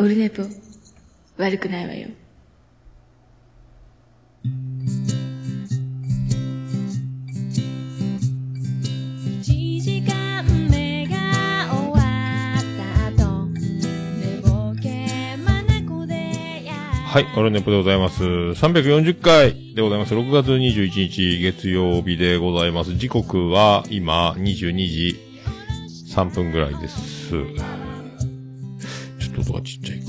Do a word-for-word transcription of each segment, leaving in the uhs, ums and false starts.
オルネポ悪くないわよ。 はい、オルネポでございます。さんびゃくよんじゅっかいでございます。ろくがつにじゅういちにち月曜日でございます。時刻は今にじゅうにじさんぷんぐらいです。ちょっと音がちっちゃいか。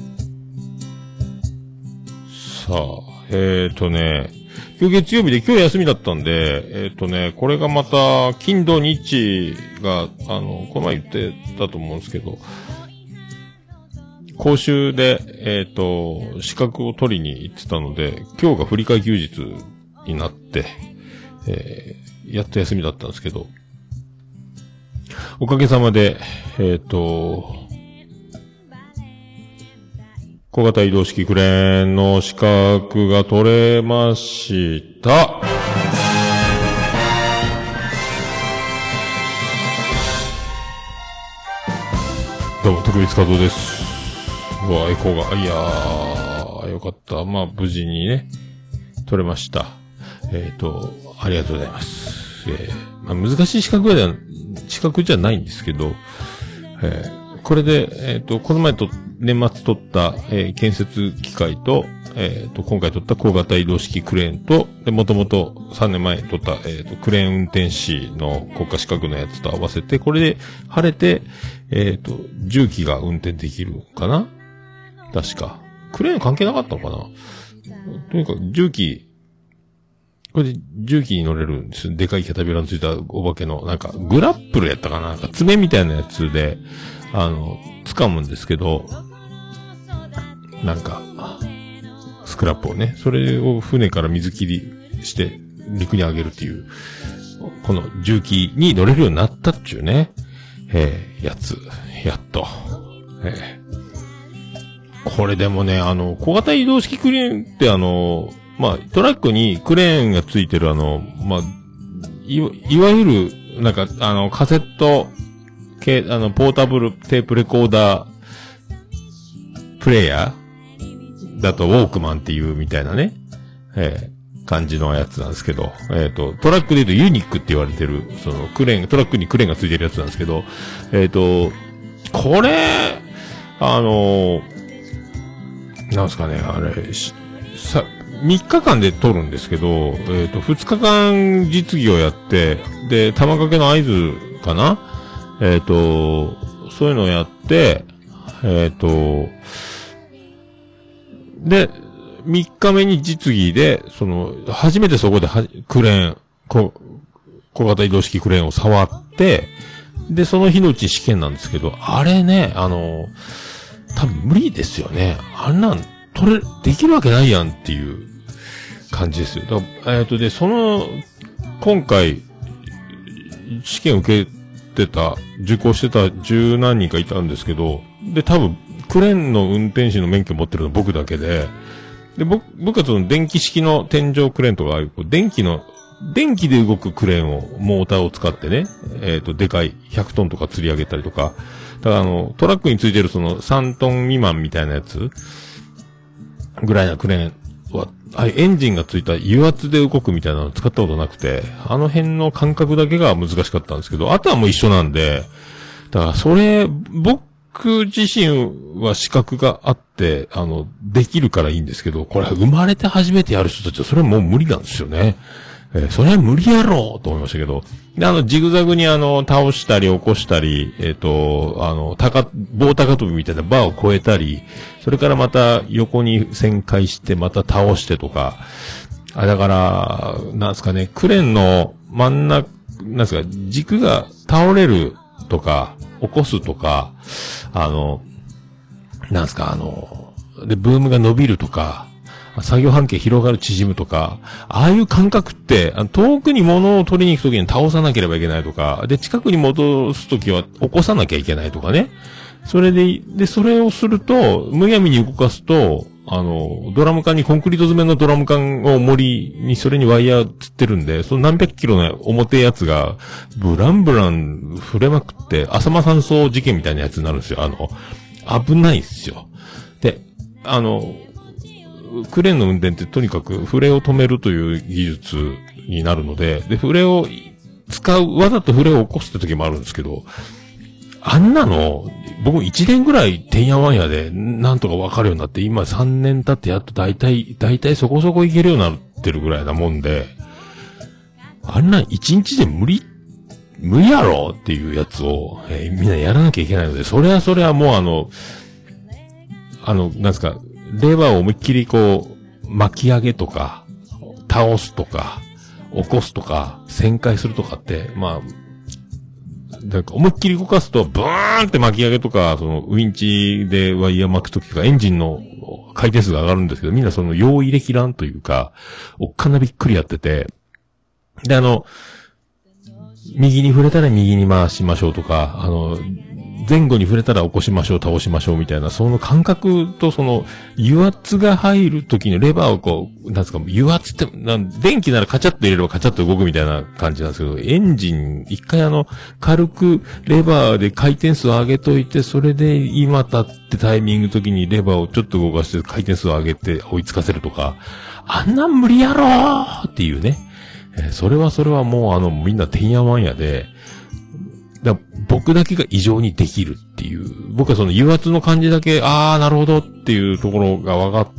さあ、えーとね、今日月曜日で今日休みだったんで、えーとね、これがまた、金土日が、あの、この前言ってたと思うんですけど、講習で、えっと、資格を取りに行ってたので、今日が振り替え休日になって、えー、やっと休みだったんですけど、おかげさまで、えっと、小型移動式クレーンの資格が取れました。どうも、徳光和夫です。うわ、エコーが、いやー、よかった。まあ、無事にね、取れました。えっと、ありがとうございます。えー、まあ、難しい資格では、資格じゃないんですけど、えー、これで、えっと、この前と、年末取った、えー、建設機械と、えっと、今回取った小型移動式クレーンと、で、もともとさんねんまえ取った、えっと、クレーン運転士の国家資格のやつと合わせて、これで晴れて、えっと、重機が運転できるかな？確か。クレーン関係なかったのかな？とにかく重機、これで重機に乗れるんです。でかいキャタピラのついたお化けの、なんか、グラップルやったかな？なんか爪みたいなやつで、あの、掴むんですけど、なんか、スクラップをね、それを船から水切りして陸に上げるっていう、この重機に乗れるようになったっちゅうね、えー、やつ、やっと、えーこれでもね、あの、小型移動式クレーンってあの、まあ、トラックにクレーンがついてるあの、まあ、いわ、いわゆる、なんか、あの、カセット系、あの、ポータブルテープレコーダー、プレイヤーだとウォークマンっていうみたいなね、えー、感じのやつなんですけど、えっと、トラックで言うとユニックって言われてる、そのクレーン、トラックにクレーンがついてるやつなんですけど、えっと、これ、あの、なんすかね、あれ、さ、みっかかんで撮るんですけど、えっと、ふつかかん実技をやって、で、玉掛けの合図かな？えっと、そういうのをやって、えっと、で、みっかめに実技で、その、初めてそこでは、クレーン、こ、小型移動式クレーンを触って、で、その日のうち試験なんですけど、あれね、あの、多分無理ですよね。あんなん、取れ、できるわけないやんっていう感じですよ。だから、えっと、で、その、今回、試験受けてた、受講してた十何人かいたんですけど、で、多分、クレーンの運転士の免許持ってるの僕だけで、で、僕、僕はその電気式の天井クレーンとか、電気の、電気で動くクレーンを、モーターを使ってね、えっと、でかいひゃくトンとか釣り上げたりとか、だからあの、トラックについてるそのさんトン未満みたいなやつぐらいなクレーンは、あエンジンがついた油圧で動くみたいなの使ったことなくて、あの辺の感覚だけが難しかったんですけど、あとはもう一緒なんで、だからそれ、僕自身は資格があって、あの、できるからいいんですけど、これ生まれて初めてやる人たちはそれはもう無理なんですよね。えー、それは無理やろうと思いましたけど。で、あの、ジグザグにあの、倒したり起こしたり、えっと、あの、高、棒高跳びみたいなバーを越えたり、それからまた横に旋回してまた倒してとか、あ、だから、なんすかね、クレーンの真ん中、なんすか、軸が倒れるとか、起こすとか、あの、なんすか、あの、で、ブームが伸びるとか、作業半径広がる縮むとか、ああいう感覚って、遠くに物を取りに行くときに倒さなければいけないとか、で、近くに戻すときは起こさなきゃいけないとかね。それで、で、それをすると、むやみに動かすと、あの、ドラム缶にコンクリート詰めのドラム缶を森に、それにワイヤーつってるんで、その何百キロの重てえやつが、ブランブラン触れまくって、浅間山荘事件みたいなやつになるんですよ。あの、 危ないですよ。で、あの、クレーンの運転ってとにかくフレを止めるという技術になるので、で、フレを使う、わざとフレを起こすって時もあるんですけど、あんなの、僕いちねんぐらいてんやわんやでなんとかわかるようになって、今さんねん経ってやっと大体、大体そこそこいけるようになってるぐらいなもんで、あんないちにちで無理、無理やろっていうやつを、えー、みんなやらなきゃいけないので、それはそれはもうあの、あの、なんですか、レバーを思いっきりこう、巻き上げとか、倒すとか、起こすとか、旋回するとかって、まあ、なんか思いっきり動かすと、ブーンって巻き上げとか、その、ウィンチでワイヤー巻くときとか、エンジンの回転数が上がるんですけど、みんなその、用意できらんというか、おっかなびっくりやってて、で、あの、右に触れたら右に回しましょうとか、あの、前後に触れたら起こしましょう、倒しましょうみたいな、その感覚とその、油圧が入る時のレバーをこう、なんですか、油圧って、なん電気ならカチャッと入れればカチャッと動くみたいな感じなんですけど、エンジン、一回あの、軽くレバーで回転数を上げといて、それで今立ってタイミング時にレバーをちょっと動かして回転数を上げて追いつかせるとか、あんなん無理やろーっていうね。えー、それはそれはもうあの、みんなてんやわんやで、だ僕だけが異常にできるっていう。僕はその油圧の感じだけ、あー、なるほどっていうところが分かって、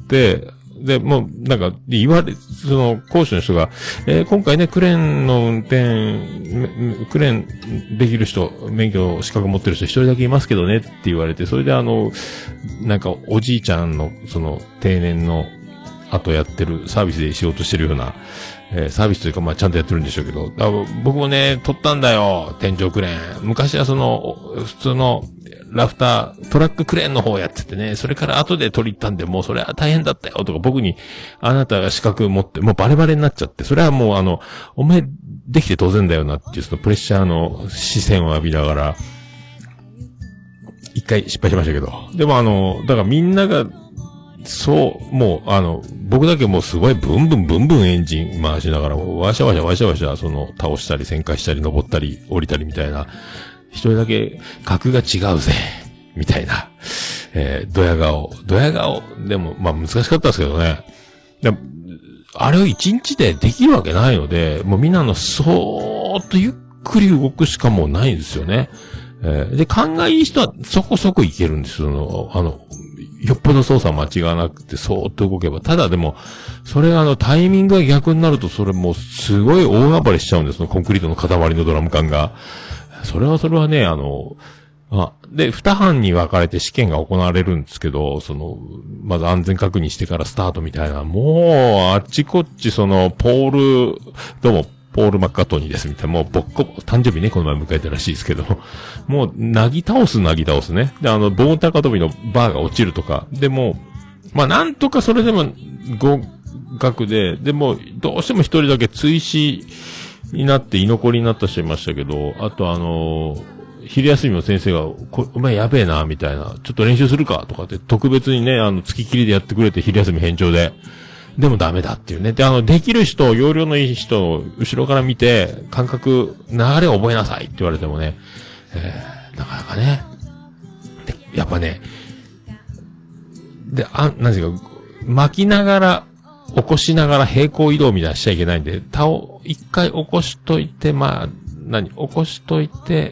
で、もう、なんか、言われ、その、講師の人が、えー、今回ね、クレーンの運転、クレーンできる人、免許資格持ってる人一人だけいますけどねって言われて、それであの、なんか、おじいちゃんの、その、定年の後やってる、サービスで仕事してるような、えー、サービスというか、まあ、ちゃんとやってるんでしょうけど、僕もね、取ったんだよ、天井クレーン。昔はその、普通の、ラフター、トラッククレーンの方やっててね、それから後で取り行ったんで、もうそれは大変だったよ、とか、僕に、あなたが資格持って、もうバレバレになっちゃって、それはもうあの、お前、できて当然だよなっていう、そのプレッシャーの視線を浴びながら、一回失敗しましたけど。でもあの、だからみんなが、そう、もう、あの、僕だけもうすごいブンブンブンブンエンジン回しながら、ワシャワシャワシャワシャ、その、倒したり旋回したり登ったり降りたりみたいな、一人だけ格が違うぜ、みたいな、えー、ドヤ顔、ドヤ顔、でも、まあ難しかったですけどね。であれを一日でできるわけないので、もうみんなのそーっとゆっくり動くしかもうないんですよね。えー、で、勘がいい人はそこそこいけるんですよ。あの、よっぽど操作間違わなくて、そーっと動けば。ただでも、それがあの、タイミングが逆になると、それもう、すごい大暴れしちゃうんですよ。コンクリートの塊のドラム缶が。それはそれはね、あの、あ、で、二班に分かれて試験が行われるんですけど、その、まず安全確認してからスタートみたいな、もう、あっちこっちその、ポール、どうも、ポール・マッカートニーですみたいな、もう、ぼっこ、誕生日ね、この前迎えたらしいですけど、もう、なぎ倒すなぎ倒すね。で、あの、棒高跳びのバーが落ちるとか、でも、まあ、なんとかそれでも、合格で、でも、どうしても一人だけ追試になって居残りになった人いましたけど、あとあのー、昼休みの先生が、こお前やべえな、みたいな、ちょっと練習するか、とかって特別にね、あの、月切りでやってくれて昼休み返上で、でもダメだっていうね。で、あの、できる人、容量のいい人を後ろから見て、感覚、流れを覚えなさいって言われてもね、えー、なかなかね。で、やっぱね、で、あ、なんですか、巻きながら、起こしながら平行移動みたいなしちゃいけないんで、倒、一回起こしといて、まあ、何、起こしといて、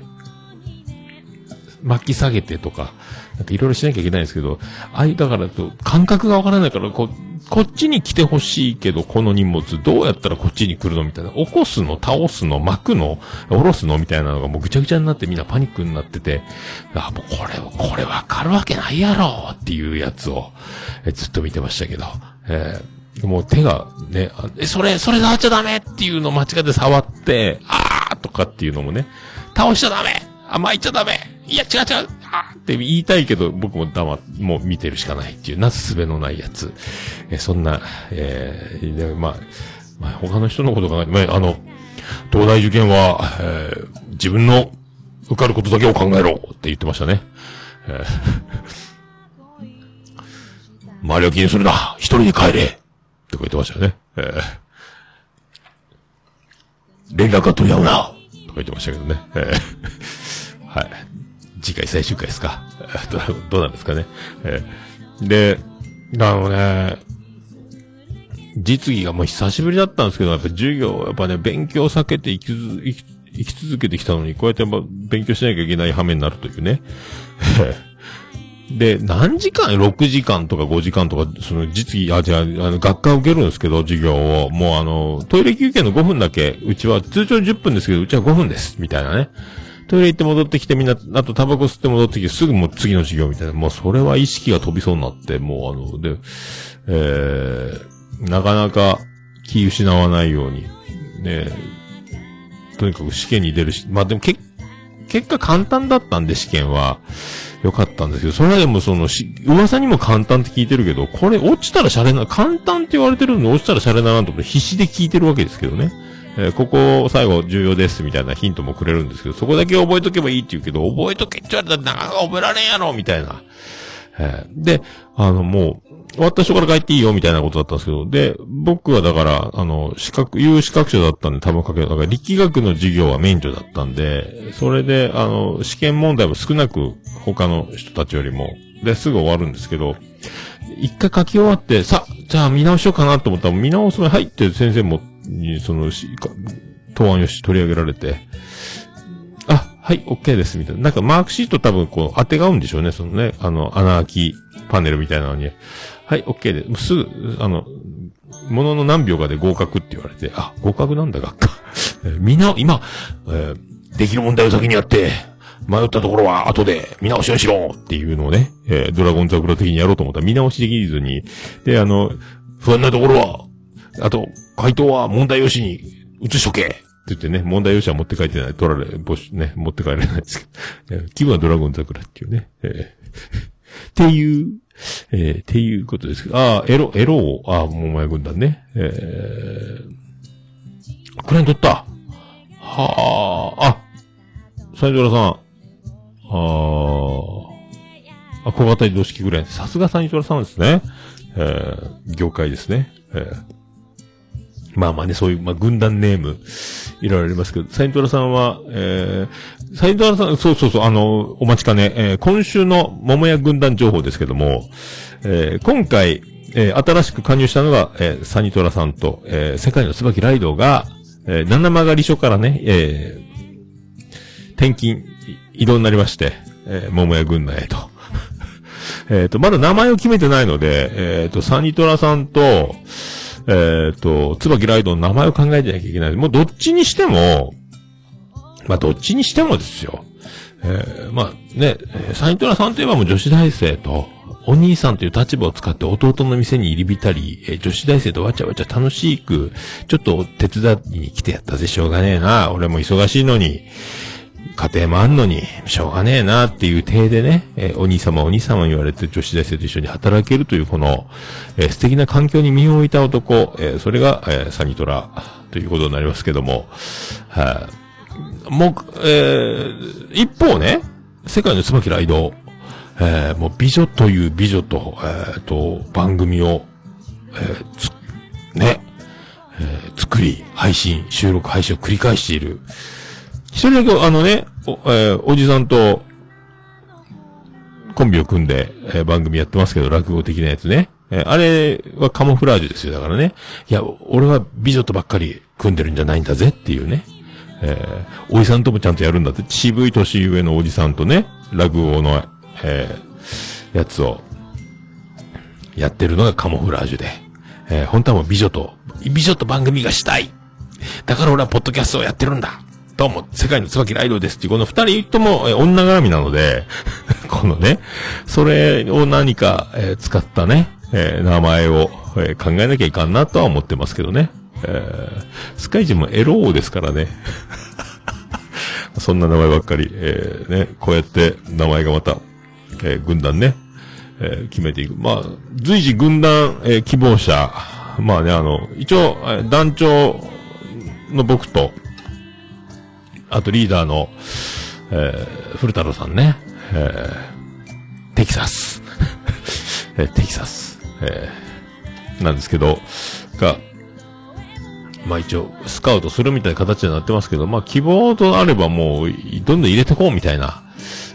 巻き下げてとか、なんかいろいろしなきゃいけないんですけど、ああいう、だからと、感覚がわからないから、こう、こっちに来てほしいけど、この荷物、どうやったらこっちに来るのみたいな。起こすの、倒すの、巻くの、下ろすのみたいなのがもうぐちゃぐちゃになってみんなパニックになってて、あ、もうこれ、これわかるわけないやろっていうやつを、えずっと見てましたけど、えー、もう手がね、え、それ、それ触っちゃダメっていうのを間違って触って、あーとかっていうのもね、倒しちゃダメあ、巻いちゃダメいや、違う違うあって言いたいけど、僕も黙って、もう見てるしかないっていう、なすすべのないやつ。え、そんな、えー、でまあ、まあ、他の人のこと考えて、まあ、あの、東大受験は、えー、自分の受かることだけを考えろって言ってましたね。えー、周りを気にするな一人で帰れって言ってましたよね。えー、連絡は取り合うなとか言ってましたけどね。えー、はい。 次回最終回ですか。どうなんですかね。えー、で、あのね、実技がもう久しぶりだったんですけど、やっぱ授業、やっぱね、勉強避けて生きず、生き、生き続けてきたのに、こうやってやっぱ勉強しなきゃいけない羽目になるというね。で、何時間 ?ろく 時間とかごじかんとか、その実技、あ、じゃあ、あの、学科を受けるんですけど、授業を、もうあの、トイレ休憩のごふんだけ、うちは通常じゅっぷんですけど、うちはごふんです、みたいなね。トイレ行って戻ってきてみんな、あとタバコ吸って戻ってきて、すぐもう次の授業みたいな。もうそれは意識が飛びそうになって、もうあの、で、えー、なかなか気失わないように、ね、とにかく試験に出るし、まあでもけ、結果簡単だったんで試験は、よかったんですけど、それはでもそのし、噂にも簡単って聞いてるけど、これ落ちたらシャレな、簡単って言われてるのに落ちたらシャレならんと思って必死で聞いてるわけですけどね。えー、ここ最後重要ですみたいなヒントもくれるんですけど、そこだけ覚えとけばいいって言うけど、覚えとけって言われたらなかなか覚えられんやろみたいな。えー、で、あのもう、終わった人から帰っていいよみたいなことだったんですけど、で、僕はだから、あの、資格、有資格者だったんで多分かける。だから力学の授業は免除だったんで、それで、あの、試験問題も少なく、他の人たちよりも、で、すぐ終わるんですけど、一回書き終わって、さ、じゃあ見直しようかなと思ったら、見直すのに入って先生も、に、その、答案用紙取り上げられて、あ、はい、OK です、みたいな。なんかマークシート多分こう、当てが合うんでしょうね、そのね、あの、穴開きパネルみたいなのに。はい、OK です。すぐ、あの、ものの何秒かで合格って言われて、あ、合格なんだ、学科。えー、みんな、今、えー、できる問題を先にやって、迷ったところは後で見直しをしろっていうのをね、えー、ドラゴン桜的にやろうと思ったら見直しできずに、で、あの、不安なところは、あと、回答は問題用紙に移しとけって言ってね、問題用紙は持って帰ってない、取られ、募集ね、持って帰れないですけど、気分はドラゴン桜っていうね、えー、っていう、えー、っていうことですけど、ああ、エロ、エロを、ああ、桃屋軍団ね、えー、クレーン取った。はあ、あ、サイドラさん、ああ、あ、小型移動式クレーン、さすがサイドラさんですね、えー、業界ですね、えー、まあまあね、そういう、まあ、軍団ネーム、いろいろありますけど、サイドラさんは、えー、サイドラさん、そうそうそう、あの、お待ちかね、えー、今週の桃屋軍団情報ですけども、えー、今回、えー、新しく加入したのが、えー、サニトラさんと、えー、世界の椿ライドが、えー、七曲り署からね、えー、転勤、移動になりまして、えー、桃屋軍団へと。えっと、まだ名前を決めてないので、えっと、サニトラさんと、えっと、椿ライドの名前を考えてなきゃいけない。もうどっちにしても、まあどっちにしてもですよ。えー、まあね、サニトラさんといえばもう女子大生と、お兄さんという立場を使って弟の店に入り浸り、えー、女子大生とわちゃわちゃ楽しく、ちょっと手伝いに来てやったぜ、しょうがねえな。俺も忙しいのに、家庭もあんのに、しょうがねえなっていう体でね、えー、お兄様お兄様言われて女子大生と一緒に働けるというこの、えー、素敵な環境に身を置いた男、えー、それが、えー、サニトラということになりますけども、はい、もう、えー、一方ね、世界の椿ライド、えー、もう美女という美女と、えー、と、番組を、えー、つ、ね、えー、作り、配信、収録配信を繰り返している。一人だけ、あのね、お、えー、おじさんと、コンビを組んで、えー、番組やってますけど、落語的なやつね。えー、あれはカモフラージュですよ、だからね。いや、俺は美女とばっかり組んでるんじゃないんだぜっていうね。えー、おじさんともちゃんとやるんだって、渋い年上のおじさんとね、落語の、えー、やつを、やってるのがカモフラージュで。えー、本当はもう美女と、美女と番組がしたい。だから俺はポッドキャストをやってるんだ。どうも、世界の椿ライドですっていう、この二人とも、えー、女絡みなので、このね、それを何か、えー、使ったね、えー、名前を、えー、考えなきゃいかんなとは思ってますけどね。えー、スカイジもエローですからね。そんな名前ばっかり、えー、ね、こうやって名前がまた、えー、軍団ね、えー、決めていく。まあ、随時軍団、えー、希望者、まあね、あの、一応、えー、団長の僕と、あとリーダーの、えー、古太郎さんね、えー、テキサス、えー、テキサス、えー、なんですけど、が、まあ一応、スカウトするみたいな形になってますけど、まあ希望とあればもう、どんどん入れてこうみたいな、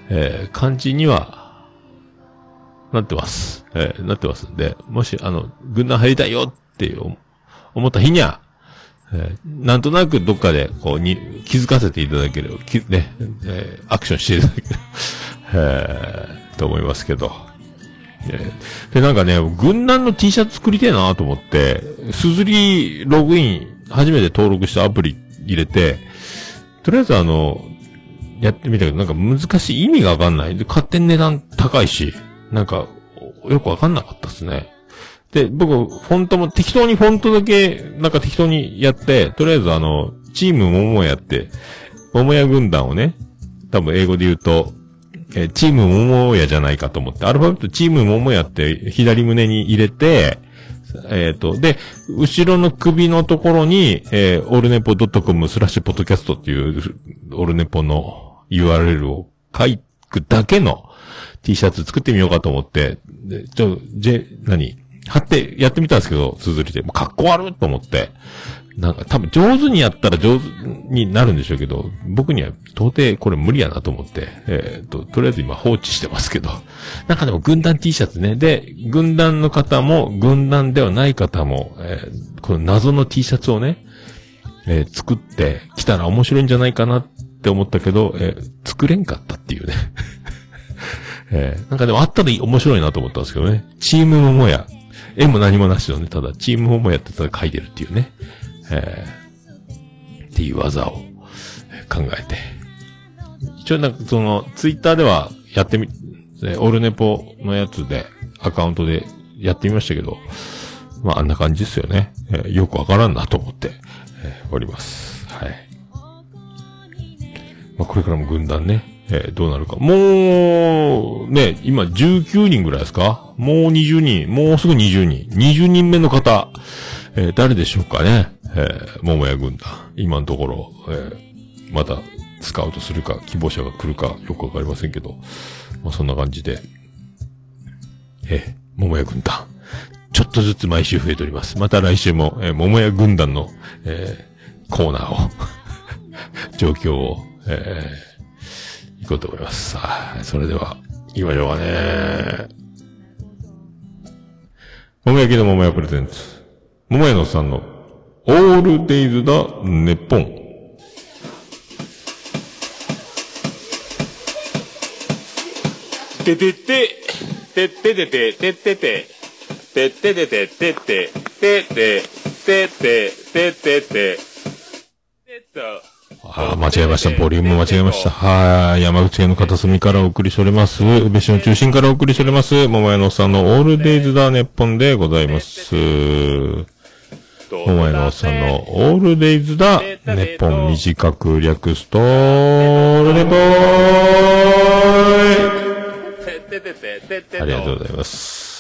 えー、感じには、なってます。えー、なってますんで、もし、あの、軍団入りたいよって思った日には、えー、なんとなくどっかで、こう、に、気づかせていただければ、き、ね、えー、アクションしていただければ、えー、と思いますけど。えー、で、なんかね、軍団の T シャツ作りてえなと思って、すずりログイン、初めて登録したアプリ入れて、とりあえずあの、やってみたけど、なんか難しい、意味がわかんない。で、勝手に値段高いし、なんか、よくわかんなかったですね。で、僕、フォントも適当にフォントだけ、なんか適当にやって、とりあえずあの、チームももやって、ももや軍団をね、多分英語で言うと、えー、チームももやじゃないかと思って、アルファベットチームももやって左胸に入れて、えっと、で、後ろの首のところに、えー、オルネポ .com スラッシュポッドキャストっていう、オルネポの ユーアールエル を書くだけの T シャツ作ってみようかと思って、で、ちょ、じ、何貼ってやってみたんですけど、綴りで。もうかっこ悪いと思って。なんか多分上手にやったら上手になるんでしょうけど、僕には到底これ無理やなと思って、えっと、とりあえず今放置してますけど。なんかでも軍団 T シャツね。で、軍団の方も、軍団ではない方も、えー、この謎の T シャツをね、えー、作ってきたら面白いんじゃないかなって思ったけど、えー、作れんかったっていうね。えー、なんかでもあったら面白いなと思ったんですけどね。チームももや。絵も何もなしのね、ただチームももやってたら書いてるっていうね。えー、っていう技を考えて。一応なんかその、ツイッターではやってみ、オルネポのやつで、アカウントでやってみましたけど、まああんな感じですよね。えー、よくわからんなと思って、えー、おります。はい。まあこれからも軍団ね、えー、どうなるか。もう、ね、今じゅうきゅうにんぐらいですか？もうにじゅうにん、もうすぐにじゅうにん。にじゅうにんめの方、えー、誰でしょうかね。えー、桃屋軍団。今のところ、えー、また、スカウトするか、希望者が来るか、よくわかりませんけど、まあ、そんな感じで、えー、桃屋軍団。ちょっとずつ毎週増えております。また来週も、えー、桃屋軍団の、えー、コーナーを、状況を、えー、行こうと思います。さあ、それでは、行きましょうかね。桃焼きの桃屋プレゼンツ。桃屋のさんの、オールデイズだ、ネッポン。 ててて、てててて、ててて、てててて、ててて、ててて、ててて、 ああ、間違えました。ボリューム間違えました。はい。山口県の片隅からお送りしております。宇部市の中心からお送りしております。桃屋のさんのオールデイズだ、ネッポンでございます。桃屋のさんのオールデイズだ、ネッポン短く略すと、オールネポーイありがとうございます。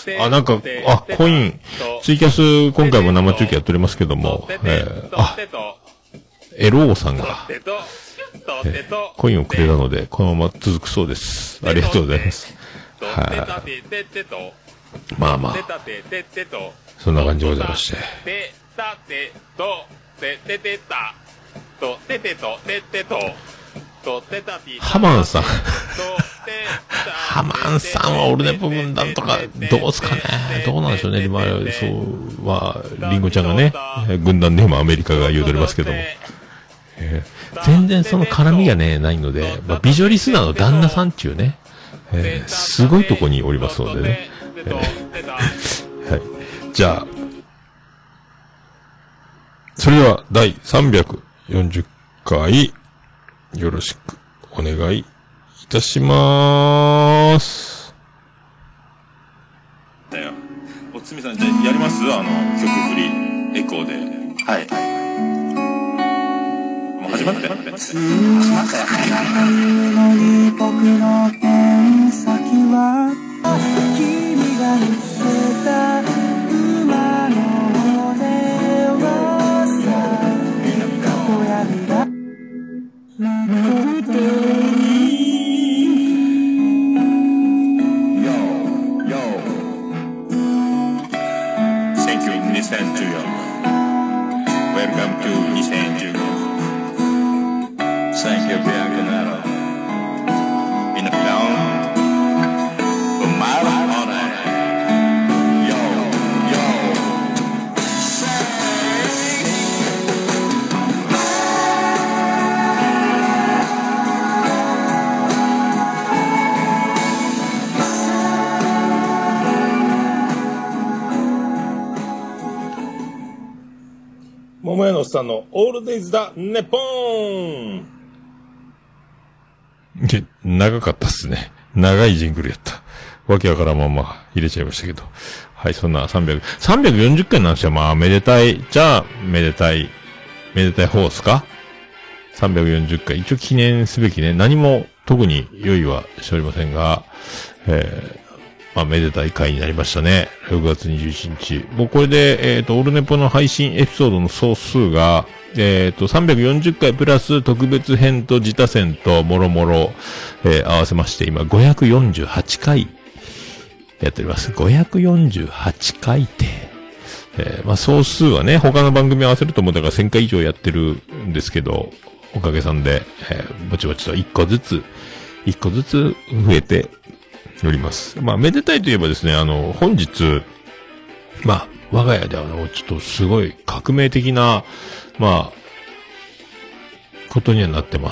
あ、なんか、あ、コイン、ツイキャス、今回も生中継やっておりますけども、えー、あ、エローさんが、えー、コインをくれたので、このまま続くそうです。ありがとうございます。はい。まあまあ、そんな感じでございまして。ハマンさん。ハマンさんはオルネポ軍団とか、どうすかね。どうなんでしょうね。今、そう、は、リンゴちゃんがね、軍団で今アメリカが言うとりますけども。えー、全然その絡みがね、ないので、まあ、ビジョリスナーの旦那さんっていうね、えー、すごいとこにおりますのでね。えー、はい。じゃあ、それでは第さんびゃくよんじゅっかい、よろしくお願いいたしまーす。 だよ。おつみさん、じゃあやります？あの、曲振り、エコーで。はい。もう始まったよ。始まったよ。僕の剣先は、君が見つけた馬の骨はさ、小闇が誠にThank you in this end to you. Welcome toにせんじゅうご. Thank you, Biancanaro. In a cloud っさんのオールデイズだ、ネポーン。長かったっすね。長いジングルやった。わけわからんまま入れちゃいましたけど。はい、そんなさんびゃく、さんびゃくよんじゅっかいなんですよ。まあ、めでたい、じゃあ、めでたい、めでたい方ですか ?さんびゃくよんじゅっかい。一応記念すべきね、何も特に用意はしておりませんが、えー、まあ、めでたい回になりましたね。ろくがつにじゅういちにち。もうこれで、えっ、ー、と、オールネポの配信エピソードの総数が、えっ、ー、と、さんびゃくよんじゅっかいプラス特別編と自他戦ともろもろ、えー、合わせまして、今ごひゃくよんじゅうはちかいやっております。ごひゃくよんじゅうはちかいって、えー、まあ、総数はね、他の番組合わせるともうだからせんかい以上やってるんですけど、おかげさんで、えー、ぼちぼちといっこずつ、いっこずつ増えております。まあ、めでたいといえばですね、あの、本日、まあ、我が家であの、ちょっとすごい革命的な、まあ、ことにはなってます。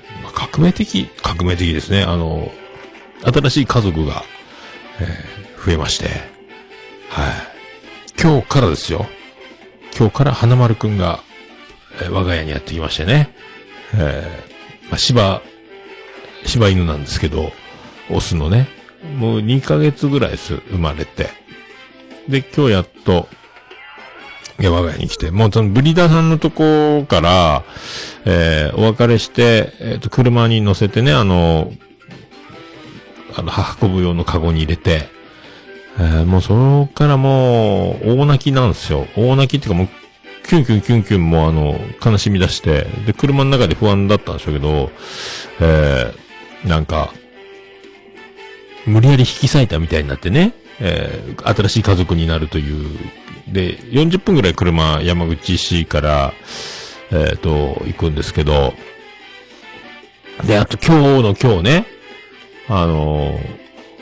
まあ、革命的、革命的ですね。あの、新しい家族が、えー、増えまして、はい。今日からですよ。今日から花丸くんが、えー、我が家にやってきましてね。えー、まあ、柴、柴犬なんですけど、オスのね、もうにかげつぐらいです、生まれて。で、今日やっと、いや、我が家に来て、もうそのブリーダーさんのとこから、えー、お別れして、えっと、車に乗せてね、あの、あの、運ぶ用のカゴに入れて、えー、もうそこからもう、大泣きなんですよ。大泣きっていうかもう、キュンキュンキュンキュンもあの、悲しみ出して、で、車の中で不安だったんでしょうけど、えー、なんか、無理やり引き裂いたみたいになってね、えー、新しい家族になるという、で、よんじゅっぷんぐらい車、山口市から、えっと、行くんですけど、で、あと今日の今日ね、あのー、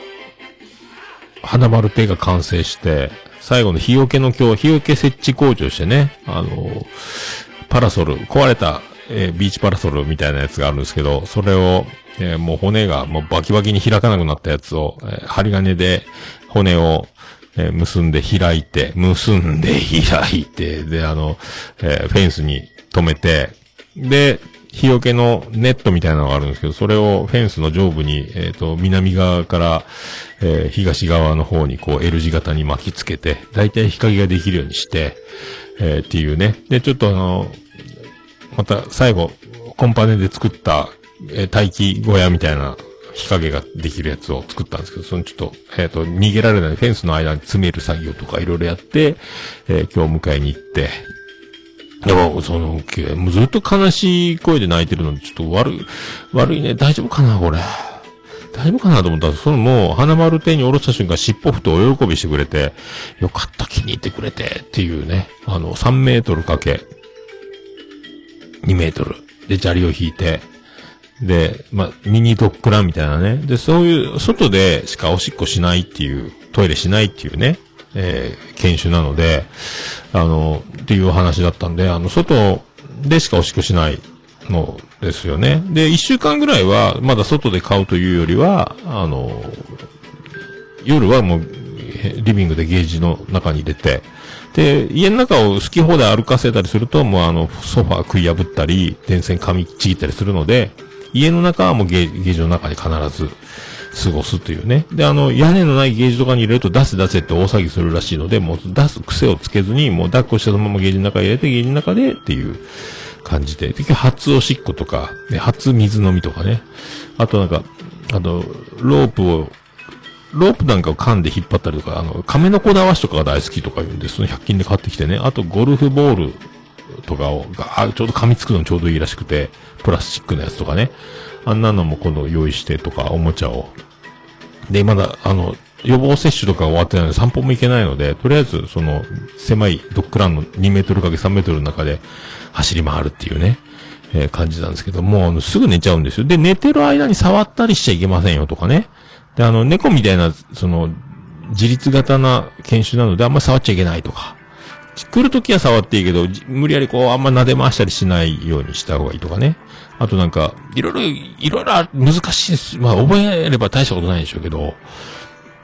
花丸亭が完成して、最後の日よけの今日、日よけ設置工事をしてね、あのー、パラソル、壊れた、えー、ビーチパラソルみたいなやつがあるんですけど、それを、えー、もう骨がもうバキバキに開かなくなったやつを、えー、針金で骨を、えー、結んで開いて、結んで開いて、で、あの、えー、フェンスに止めて、で、日よけのネットみたいなのがあるんですけど、それをフェンスの上部に、えっと、南側から、えー、東側の方にこう L 字型に巻きつけて、だいたい日陰ができるようにして、えー、っていうね。で、ちょっとあの、また最後、コンパネで作った、えー、待機小屋みたいな日陰ができるやつを作ったんですけど、そのちょっと、えっと、逃げられないフェンスの間に詰める作業とかいろいろやって、えー、今日迎えに行って、でも、その、ずっと悲しい声で泣いてるので、ちょっと悪い、悪いね、大丈夫かな、これ。大丈夫かなと思ったら、そのもう、花丸亭に下ろした瞬間、尻尾振ってお喜びしてくれて、よかった、気に入ってくれて、っていうね、あの、さんメートルかけ、にメートルで砂利を引いて、で、まあ、ミニドッグランみたいなね。で、そういう、外でしかおしっこしないっていう、トイレしないっていうね、えー、研修なので、あの、っていうお話だったんで、あの、外でしかおしっこしないのですよね。で、一週間ぐらいは、まだ外で買うというよりは、あの、夜はもう、リビングでゲージの中に入れて、で、家の中を好き放題歩かせたりすると、もうあの、ソファー食い破ったり、電線噛みちぎったりするので、家の中はもうゲージの中に必ず過ごすというね。で、あの、屋根のないゲージとかに入れると出せ出せって大騒ぎするらしいので、もう出す癖をつけずに、もう抱っこしたままゲージの中に入れて、ゲージの中でっていう感じで。で、初おしっことか、で初水飲みとかね。あとなんか、あと、ロープを、ロープなんかを噛んで引っ張ったりとか、あの、亀の子だわしとかが大好きとか言うんで、そのひゃく均で買ってきてね。あと、ゴルフボールとかを、がちょうど噛みつくのにちょうどいいらしくて、プラスチックのやつとかね。あんなのも今度用意してとか、おもちゃを。で、まだ、あの、予防接種とか終わってないので散歩も行けないので、とりあえず、その、狭いドッグランのにメートルかけさんメートルの中で走り回るっていうね、えー、感じなんですけど、もう、あの、すぐ寝ちゃうんですよ。で、寝てる間に触ったりしちゃいけませんよとかね。で、あの、猫みたいな、その、自立型な犬種なので、あんまり触っちゃいけないとか。来るときは触っていいけど、無理やりこう、あんま撫で回したりしないようにした方がいいとかね。あとなんか、いろいろ、いろいろ難しいです。まあ、覚えれば大したことないんでしょうけど、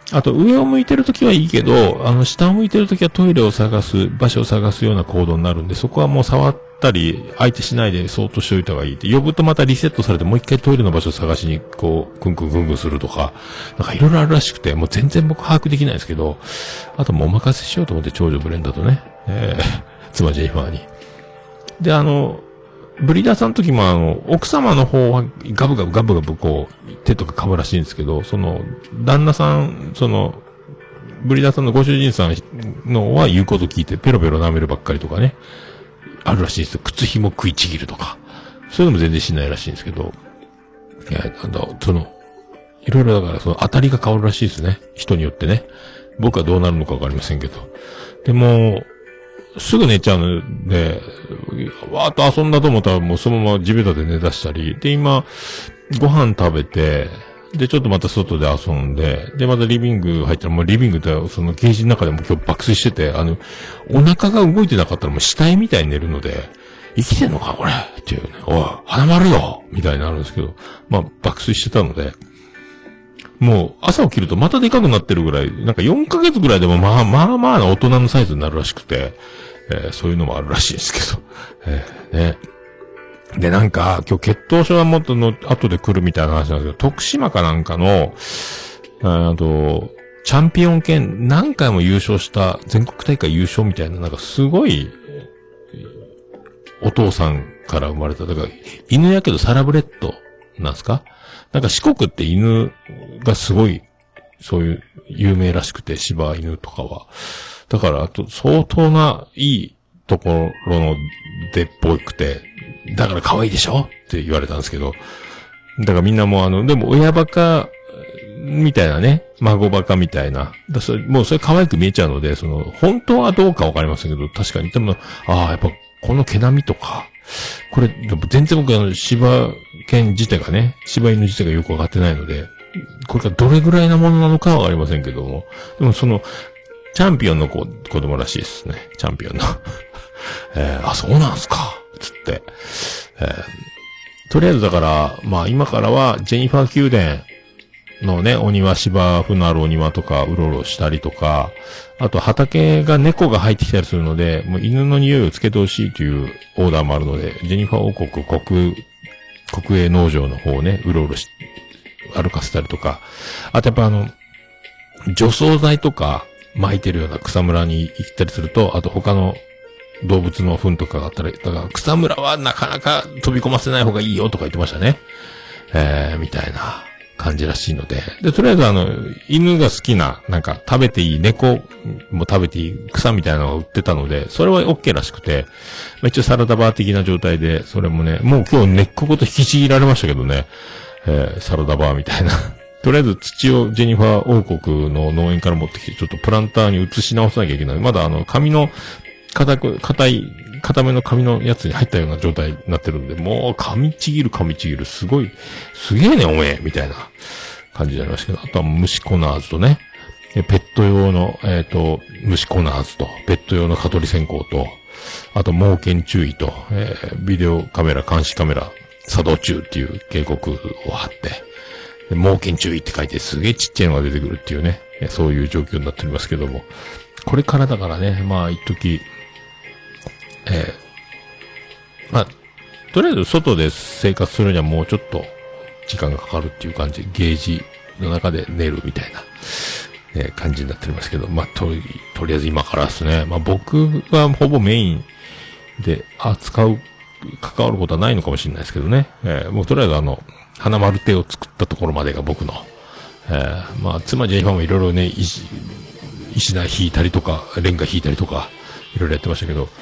あと、上を向いてるときはいいけど、あの、下を向いてるときはトイレを探す、場所を探すような行動になるんで、そこはもう触ったり、相手しないでそーっとしておいた方がいいって、呼ぶとまたリセットされて、もう一回トイレの場所を探しに、こう、クンクンクンクンするとか、なんかいろいろあるらしくて、もう全然僕把握できないですけど、あともうお任せしようと思って、長女ブレンダーとね、えー、妻ジェニファーに。で、あの、ブリーダーさんの時もあの、奥様の方はガブガブガブガブこう、手とか噛むらしいんですけど、その、旦那さん、その、ブリーダーさんのご主人さんのは言うこと聞いてペロペロ舐めるばっかりとかね、あるらしいんですよ。靴紐食いちぎるとか。そういうのも全然しないらしいんですけど、いや、なんだ、その、いろいろだからその当たりが変わるらしいですね。人によってね。僕はどうなるのかわかりませんけど。でも、すぐ寝ちゃうので、わーっと遊んだと思ったらもうそのまま地べたで寝出したり、で今、ご飯食べて、でちょっとまた外で遊んで、でまたリビング入ったらもうリビングでそのケージの中でも今日爆睡してて、あの、お腹が動いてなかったらもう死体みたいに寝るので、生きてんのかこれっていうね、おい、花丸よみたいになるんですけど、まあ爆睡してたので、もう朝起きるとまたでかくなってるぐらい、なんかよんかげつぐらいでもまあまあまあな大人のサイズになるらしくて、えー、そういうのもあるらしいですけど、えー、ね。で、なんか、今日血統書はもっとの後で来るみたいな話なんですけど、徳島かなんかの、あと、チャンピオン権何回も優勝した全国大会優勝みたいな、なんかすごい、お父さんから生まれた、だから、犬やけどサラブレッドなんですか？なんか四国って犬がすごい、そういう有名らしくて、柴犬とかは。だから、あと相当ないいところの出っぽくて、だから可愛いでしょって言われたんですけど、だからみんなもうあの、でも親バカみたいなね、孫バカみたいな、だそれもうそれ可愛く見えちゃうので、その、本当はどうかわかりませんけど、確かに、でも、ああ、やっぱこの毛並みとか、これ、全然僕あの、柴犬自体がね、柴犬自体がよくわかってないので、これがどれぐらいなものなのかはわかりませんけども、でもその、チャンピオンの子、子供らしいですね。チャンピオンの。えー、あ、そうなんすか。つって。えー、とりあえずだから、まあ今からは、ジェニファー宮殿のね、お庭、芝生のあるお庭とか、うろうろしたりとか、あと畑が猫が入ってきたりするので、もう犬の匂いをつけてほしいというオーダーもあるので、ジェニファー王国国、国営農場の方をね、うろうろし、歩かせたりとか、あとやっぱあの、除草剤とか、巻いてるような草むらに行ったりすると、あと他の動物の糞とかがあったり、だから草むらはなかなか飛び込ませない方がいいよとか言ってましたね。えー、みたいな感じらしいので。で、とりあえずあの、犬が好きな、なんか食べていい猫も食べていい草みたいなのが売ってたので、それは OK らしくて、まあ、一応サラダバー的な状態で、それもね、もう今日根っこごと引きちぎられましたけどね、えー、サラダバーみたいな。とりあえず土をジェニファー王国の農園から持ってきて、ちょっとプランターに移し直さなきゃいけない。まだあの、紙の、硬く、硬い、硬めの紙のやつに入ったような状態になってるんで、もう噛みちぎる噛みちぎる、すごい、すげえねおめえみたいな感じになりましたけど、あとは虫コナーズとね、ペット用の、えっと、虫コナーズと、ペット用の蚊取り線香と、あと猛犬注意と、えー、ビデオカメラ、監視カメラ、作動中っていう警告を貼って、猛犬注意って書いてすげえちっちゃいのが出てくるっていうね、そういう状況になっておりますけども、これからだからね、まあ一時、えー、まあ、とりあえず外で生活するにはもうちょっと時間がかかるっていう感じ、ゲージの中で寝るみたいな、えー、感じになっておりますけど、まあと、とりあえず今からですね、まあ僕はほぼメインで扱う、関わることはないのかもしれないですけどね、えー、もうとりあえずあの、花丸手を作ったところまでが僕の、えー、まあ、妻ジェニファーもいろいろね、石、石台引いたりとか、レンガ引いたりとか、いろいろやってましたけど、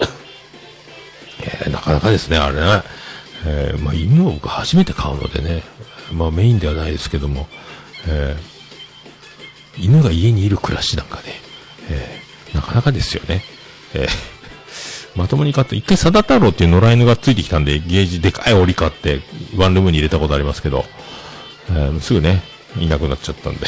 えー、なかなかですね、あれね。えー、まあ、犬を僕初めて飼うのでね、まあ、メインではないですけども、えー、犬が家にいる暮らしなんかね、えー、なかなかですよね。えーまともに買って、一回サダ太郎っていう野良犬がついてきたんで、ゲージでかい檻買って、ワンルームに入れたことありますけど、えー、すぐね、いなくなっちゃったんで。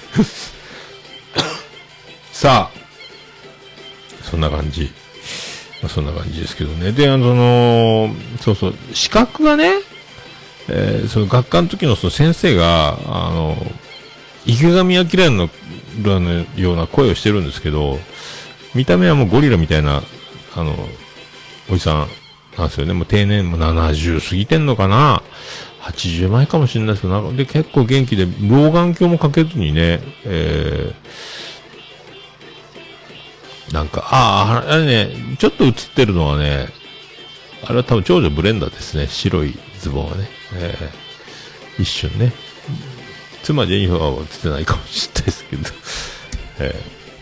さあ、そんな感じ。まあ、そんな感じですけどね。で、あの、そうそう、資格がね、えー、その学科の時のその先生が、あの、池上彰のラのような声をしてるんですけど、見た目はもうゴリラみたいな、あの、おじさんなんですよね。もう定年もななじゅう過ぎてんのかな ?はちじゅう 前かもしれないですけど、なんかで結構元気で、老眼鏡もかけずにね、えー、なんか、ああ、あれね、ちょっと映ってるのはね、あれは多分長女ブレンダーですね。白いズボンはね。えー、一瞬ね。妻ジェニファーは映ってないかもしれないですけど。え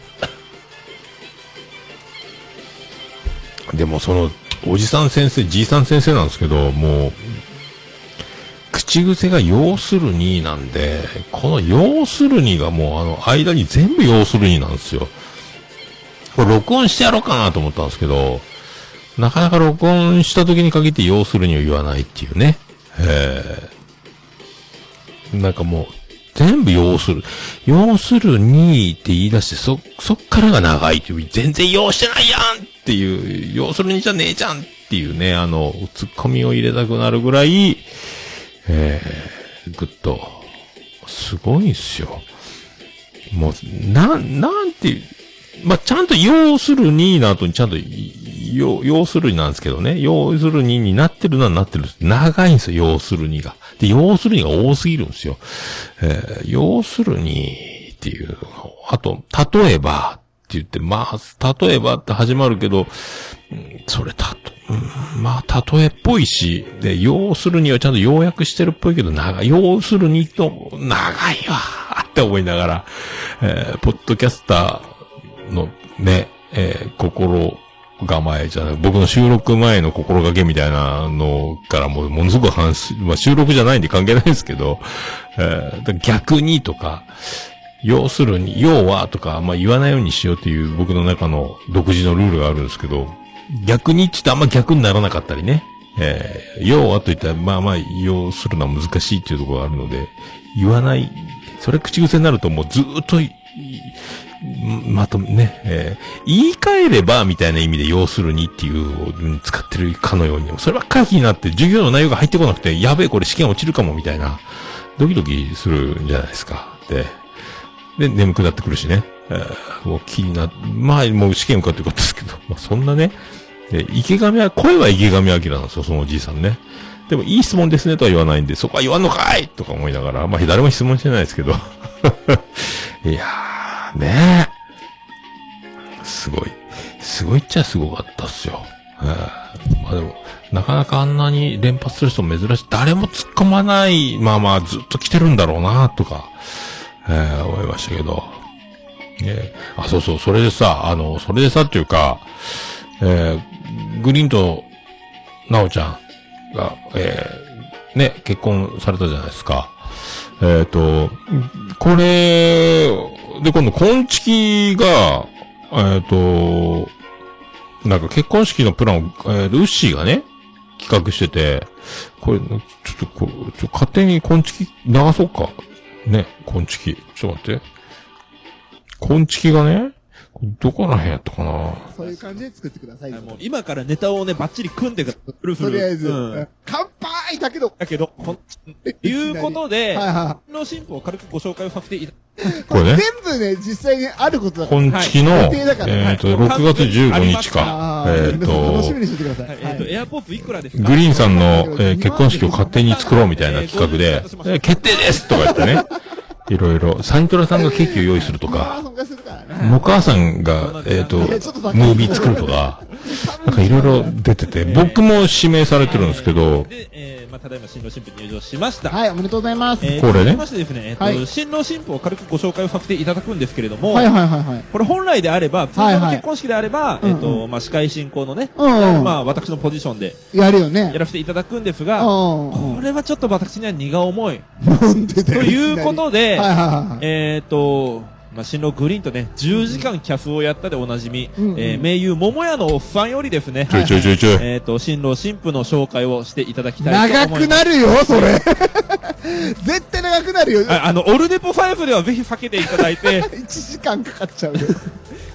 ー、でもその、おじさん先生、じいさん先生なんですけど、もう、口癖が要するになんで、この要するにがもうあの間に全部要するになんですよ。これ録音してやろうかなと思ったんですけど、なかなか録音した時に限って要するにを言わないっていうね。えー、なんかもう、全部要する。要するにって言い出して、そ、そっからが長いっていう、全然要してないやんっていう、要するにじゃねえじゃんっていうね、あの、ツッコミを入れたくなるぐらい、えー、ぐっと、すごいんすよ。もう、なん、なんていう、まあ、ちゃんと要するにの後にちゃんと、要、要するになんですけどね、要するにになってるのはなってるんです。長いんですよ、要するにが。で、要するにが多すぎるんですよ。えー、要するにっていう、あと、例えばって言って、まあ、例えばって始まるけど、それたと、うん、まあ、例えっぽいし、で、要するにはちゃんと要約してるっぽいけど、長い、要するにと、長いわって思いながら、えー、ポッドキャスターのね、えー、心構えじゃない、僕の収録前の心がけみたいなのからも、ものすごく反す、まあ、収録じゃないんで関係ないですけど、えー、逆にとか、要するに、要はとか、まあ、言わないようにしようという僕の中の独自のルールがあるんですけど、逆にって言ってあんま逆にならなかったりね。えー、要はと言ったら、まあまあ、要するのは難しいっていうところがあるので、言わない。それ口癖になるともうずーっと、まとめ、ね、えー、言い換えれば、みたいな意味で要するにっていう使ってるかのように、そればっかり気になって、授業の内容が入ってこなくて、やべえ、これ試験落ちるかも、みたいな、ドキドキするんじゃないですか。で、で、眠くなってくるしね。えー、もう気になって、まあ、もう試験受かってよかったですけど、まあそんなね、で、池上は、声は池上彰なんですよ、そのおじいさんね。でも、いい質問ですねとは言わないんで、そこは言わんのかいとか思いながら、まあ、誰も質問してないですけど。いやー、ねー。すごい。すごいっちゃすごかったっすよ。えー、まあでも、なかなかあんなに連発する人珍しい。誰も突っ込まない、まあまあ、ずっと来てるんだろうな、とか、えー、思いましたけど。えー、あ、そうそう、それでさ、あの、それでさっていうか、えー、グリーンと、なおちゃんが、えー、ね、結婚されたじゃないですか。えっと、これ、で、今度、昆虫が、えっと、なんか結婚式のプランを、えー、ルッシーがね、企画してて、これ、ちょっとこう、ちょ勝手に昆虫流そうか。ね、昆虫。ちょっと待って。昆虫がね、どこら辺やったかな。 そういう感じで作ってください。 もう今からネタをね、バッチリ組んでくる。 とりあえず、 うん、 乾杯だけど。 だけど、ということで、 はいはい、 の進歩を軽くご紹介をさせていただきます。これね。全部ね、実際にあることだから。 昆虫の、はい、えっと、ろくがつじゅうごにちか。えっと、 楽しみにしててください。 えっと、エアポップいくらですか？ グリーンさんの、えー、結婚式を勝手に作ろうみたいな企画で、えー、決定ですとか言ってね。いろいろ、サントラさんがケーキを用意するとか、お母さんが、えっと、ムービー作るとか、なんかいろいろ出てて、僕も指名されてるんですけど、 で、えー、まあ、ただいま新郎新婦入場しました。 はい、おめでとうございます。 えー、 これね。 ましてですね、えっと、はい、新郎新婦を軽くご紹介をさせていただくんですけれども、 はいはいはいはい。 これ本来であれば、通常の結婚式であれば、はいはい、えっと、うんうん、まあ、司会進行のね、うんうん、まあ、私のポジションで、 やるよね。 やらせていただくんですが、 うんうん、 これはちょっと私には荷が重い。 なんでだよ。 ということで、 はいはいはい、 えっと、まあ、新郎グリーンとね、じゅうじかんキャスをやったでおなじみ、うんうん、えー、名優桃屋のおっさんよりですね、 ちょいちょいちょいちょい。 えっと、新郎新婦の紹介をしていただきたいと思います。 長くなるよ、それ。絶対長くなるよ。 あ, あの、オルネポファイブではぜひ避けていただいて。 いちじかんかかっちゃうよ。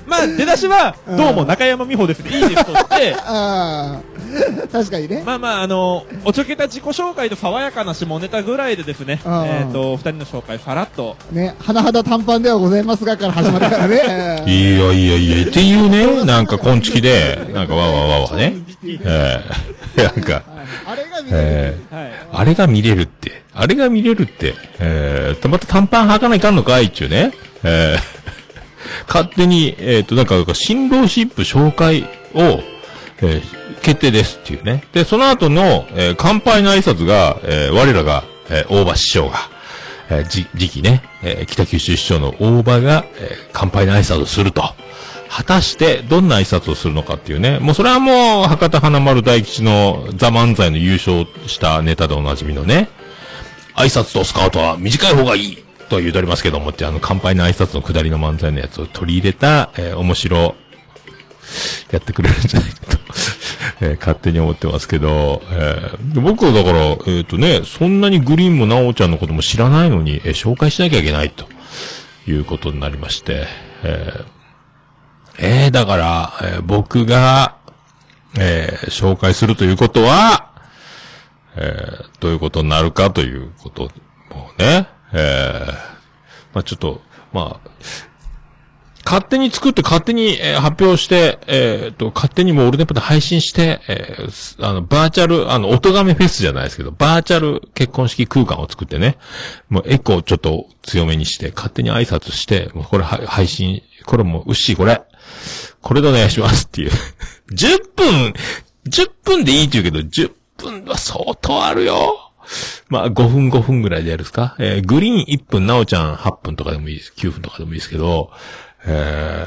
まあ、出だしは、どうも中山美穂ですね。いいですとして、 ああ、確かにね。 まあまあ、あの、おちょけた自己紹介と爽やかな下ネタぐらいでですね、 あーえっと、二人の紹介さらっと。 ね、甚だ短パンではございますがから始まるからね。 いやいやいや、っていうね、なんか、こんちきで、なんか、わわわわね。ええなんか、 あれが見えてはい。 ー、あれが見れるって、あれが見れるって、えー、また短パン履かないかんのかいっちゅうね。えー、勝手に、えっ、と、なんか、新郎シップ紹介を、えー、決定ですっていうね。で、その後の、えー、乾杯の挨拶が、えー、我らが、えー、大場師匠が、えー、じ、次期ね、えー、北九州市長の大場が、えー、乾杯の挨拶をすると。果たして、どんな挨拶をするのかっていうね。もうそれはもう、博多華丸大吉のザ・漫才の優勝したネタでおなじみのね。挨拶とスカウトは短い方がいいと言うとおりますけどもって、あの、乾杯の挨拶の下りの漫才のやつを取り入れた、えー、面白、やってくれるんじゃないかと、えー、勝手に思ってますけど、えー、僕はだから、えっ、ー、とね、そんなにグリーンもなおちゃんのことも知らないのに、えー、紹介しなきゃいけないということになりまして、えーえー、だから、えー、僕が、えー、紹介するということは、えー、どういうことになるかということもね、えー、まあちょっと、まあ、勝手に作って勝手に、えー、発表して、えー、と、勝手にもうオルネポで配信して、えー、あの、バーチャル、あの、音亀フェスじゃないですけど、バーチャル結婚式空間を作ってね、もうエコーちょっと強めにして、勝手に挨拶して、もうこれは配信、これもう、うっしーこれ、これでお願いしますっていう。じゅっぷん、じゅっぷんでいいって言うけど、じゅっぷんは相当あるよ。まあ、ごふんごふんぐらいでやるですか。えー、グリーンいっぷん、なおちゃんはっぷんとかでもいいです。きゅうふんとかでもいいですけど、え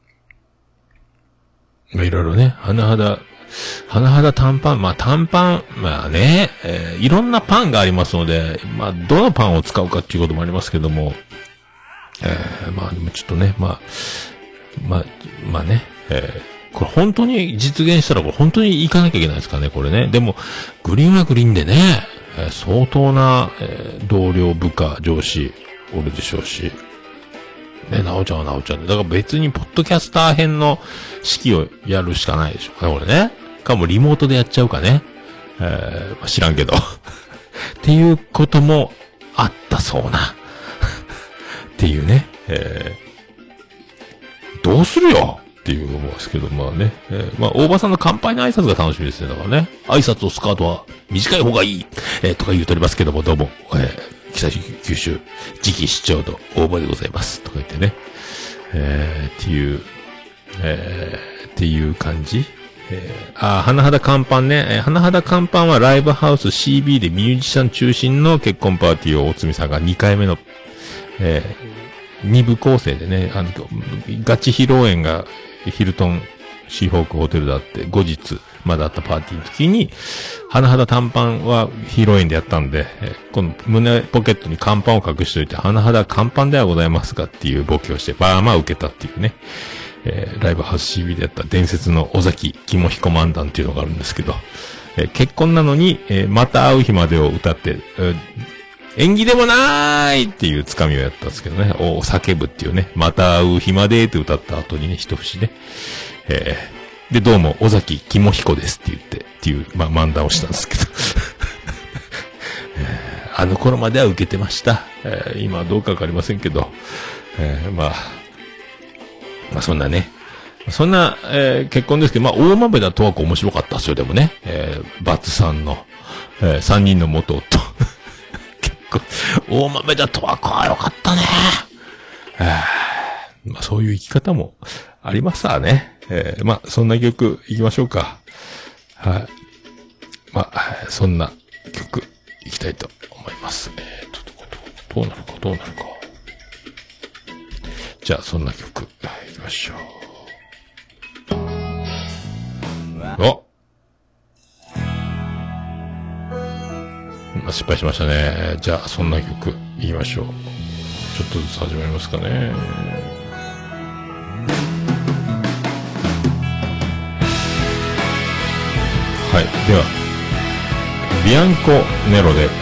ー、まあ、いろいろね、はなはだ、はなはだ短パン、まあ短パン、まあね、えー、いろんなパンがありますので、まあ、どのパンを使うかっていうこともありますけども、えー、まあでもちょっとね、まあ、まあ、まあね、えー、これ本当に実現したらこれ本当に行かなきゃいけないですかね、これね。でも、グリーンはグリーンでね、えー、相当な、えー、同僚部下、上司、おるでしょうし、ね、なおちゃんはなおちゃんで。だから別にポッドキャスター編の式をやるしかないでしょうね、これね。かもリモートでやっちゃうかね。えー、まあ、知らんけど。っていうこともあったそうな。っていうね。えー、どうするよっていう思うんですけど、まあね。えー、まあ、大場さんの乾杯の挨拶が楽しみですね。だからね。挨拶とスカートは短い方がいい。えー、とか言うとりますけども、どうも。えー北九州次期市長の大場でございますとか言ってね、えー、っていう、えー、っていう感じ。えー、あ、花肌乾パンね、えー、花肌乾パンはライブハウス シービー でミュージシャン中心の結婚パーティーをおつみさんがにかいめの、えー、に部構成でね、あのガチ披露宴がヒルトンシーホークホテルだって後日まだあったパーティーの時に、花肌短パンは披露宴でやったんで、えー、この胸ポケットに乾パンを隠しておいて、花肌乾パンではございますかっていうボケをして、まあまあ受けたっていうね、えー、ライブハウス シービー でやった伝説の尾崎肝彦漫談っていうのがあるんですけど、えー、結婚なのに、えー、また会う日までを歌って、えー、演技でもなーいっていうつかみをやったんですけどね、お叫ぶっていうね、また会う日までって歌った後にね、一節ね、えーで、どうも、尾崎肝彦ですって言って、っていう、まあ、漫談をしたんですけど。えー、あの頃までは受けてました。えー、今はどうかわかりませんけど、えー、まあ、まあそんなね、そんな、えー、結婚ですけど、まあ、大豆田十和子面白かったですよ、でもね。えー、バツさんの、えー、三人の元夫。結構、大豆田十和子はよかったね。えー、まあ、そういう生き方もありますわね。えー、まあ、そんな曲行きましょうか。はい。まあ、そんな曲行きたいと思います。えー、ちょっと、どうなるか、どうなるか。じゃあ、そんな曲、行きましょう。おまあ、失敗しましたね。じゃあ、そんな曲行きましょう。ちょっとずつ始まりますかね。はい。では、ビアンコネロで、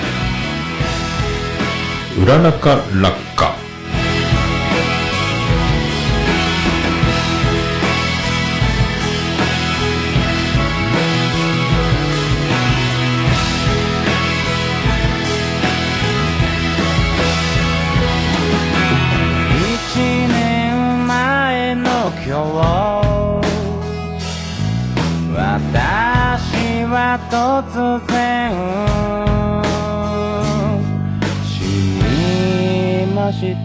うららか落下。 が突然死にました。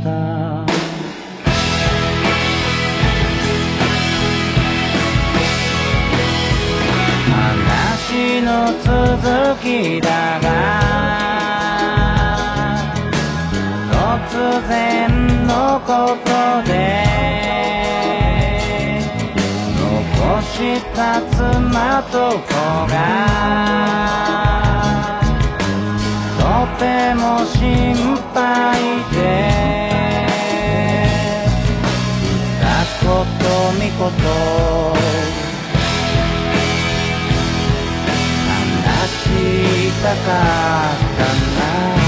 話の続きだが突然のことで残した妻と子がとても心配で二言三言話したかったな。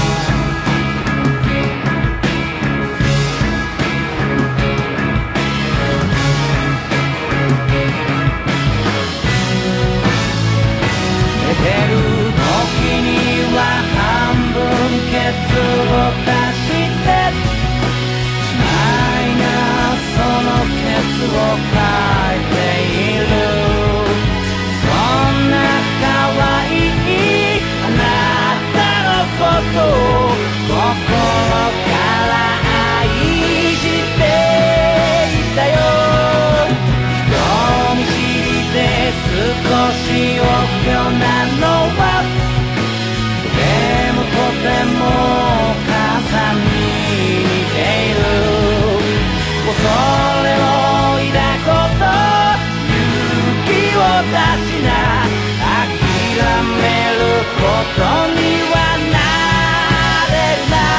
寝てる時には半分ケツを出してしまいなそのケツをかいている。そんな可愛いあなたのことを心から愛していたよ。人見知りで少し臆病なのはとてもとても母さんに似ている。恐れを抱くこと勇気を出しな諦めることにはなれるな。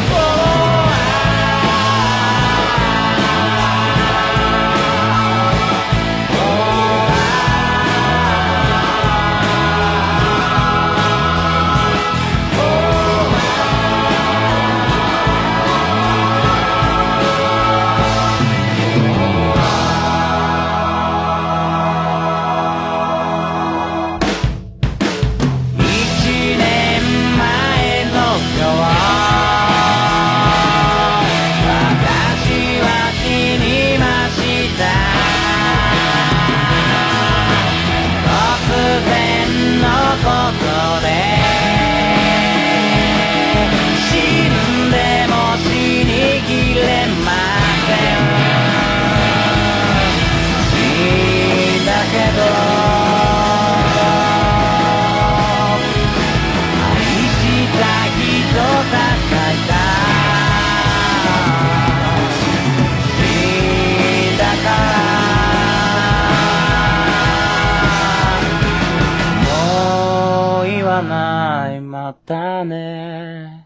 またね。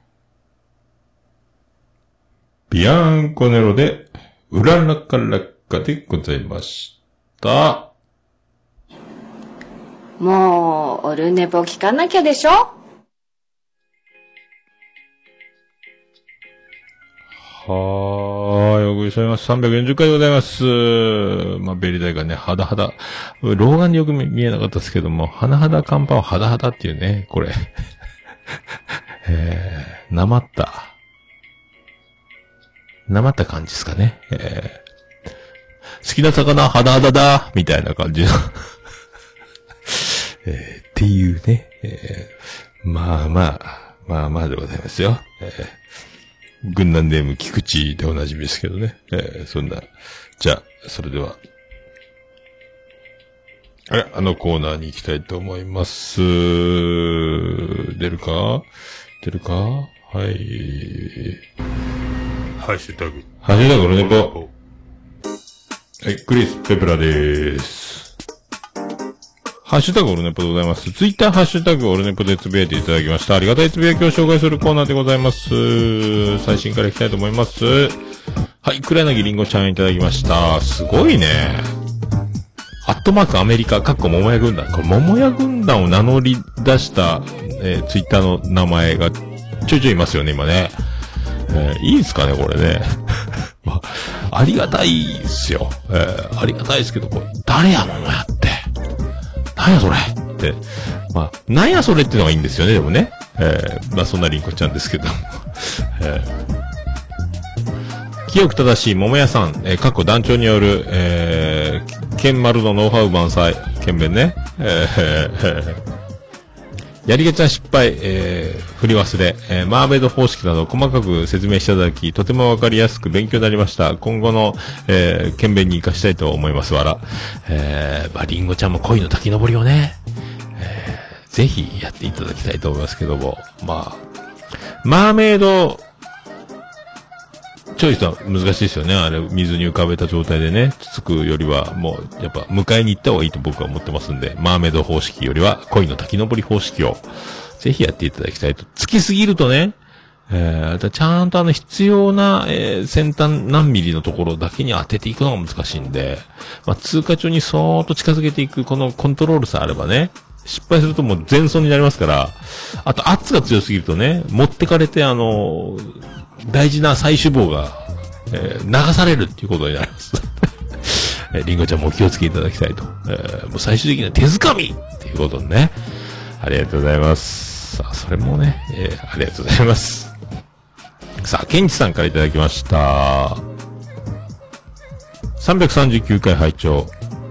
ビアンコネロで、うららからかでございました。 もう、オルネポ聞かなきゃでしょ？ はーい、お送りしております。さんびゃくよんじゅっかいでございます。まあ、ベリダイがね、肌肌。老眼でよく見えなかったですけども、花肌カンパは肌肌っていうね、これ。えー、なまった。なまった感じですかね。えー、好きな魚肌肌だみたいな感じの、えー。っていうね。えー、まあまあ、まあまあでございますよ。えー、軍団ネーム菊池でおなじみですけどね。えー、そんな。じゃあ、それでは。あれ、あのコーナーに行きたいと思います。出るか出るかはい。 ハッシュタグ。 ハッシュタグオルネポ。はい、クリス・ペプラでーす。ハッシュタグオルネポでございます。ツイッターハッシュタグオルネポでつぶやいていただきました。ありがたいつぶやきを紹介するコーナーでございます。最新からいきたいと思います。はい、黒柳りんごちゃんいただきました。すごいね。アットマークアメリカ、かっこ桃屋軍団。これ桃屋軍団を名乗り出した、えー、ツイッターの名前がちょいちょいいますよね、今ね。えー、いいですかね、これね。まあ、ありがたいですよ。えー、ありがたいですけど、これ、誰や桃屋って。なんやそれって。まあ、なんやそれっていうのがいいんですよね、でもね。えー、まあそんなりんこちゃんですけど。えー、清く正しい桃屋さん、えー、かっこ団長による、えー、ケンマルのノウハウ満載、剣弁ね。えー、えーやりがちな失敗、えー、振り忘れ、えー、マーメイド方式など細かく説明していただき、とてもわかりやすく勉強になりました。今後の、えー、検便に活かしたいと思います。わら。えー、まあ、リンゴちゃんも恋の滝登りをね、えー、ぜひやっていただきたいと思いますけども、まあ、マーメイド、チョイスは難しいですよね。あれ、水に浮かべた状態でね、つつくよりは、もう、やっぱ、迎えに行った方がいいと僕は思ってますんで、マーメイド方式よりは、恋の滝登り方式を、ぜひやっていただきたいと。つきすぎるとね、えー、ちゃんとあの、必要な、えー、先端何ミリのところだけに当てていくのが難しいんで、まあ、通過中にそーっと近づけていく、このコントロールさえあればね、失敗するともう全損になりますから、あと圧が強すぎるとね、持ってかれてあの、大事な再脂肪が、えー、流されるっていうことになります。えー、リンゴちゃんもお気をつけいただきたいと。えー、もう最終的には手づかみっていうことでね。ありがとうございます。さあ、それもね、えー、ありがとうございます。さあ、ケンチさんからいただきました。さんびゃくさんじゅうきゅうかい拝聴。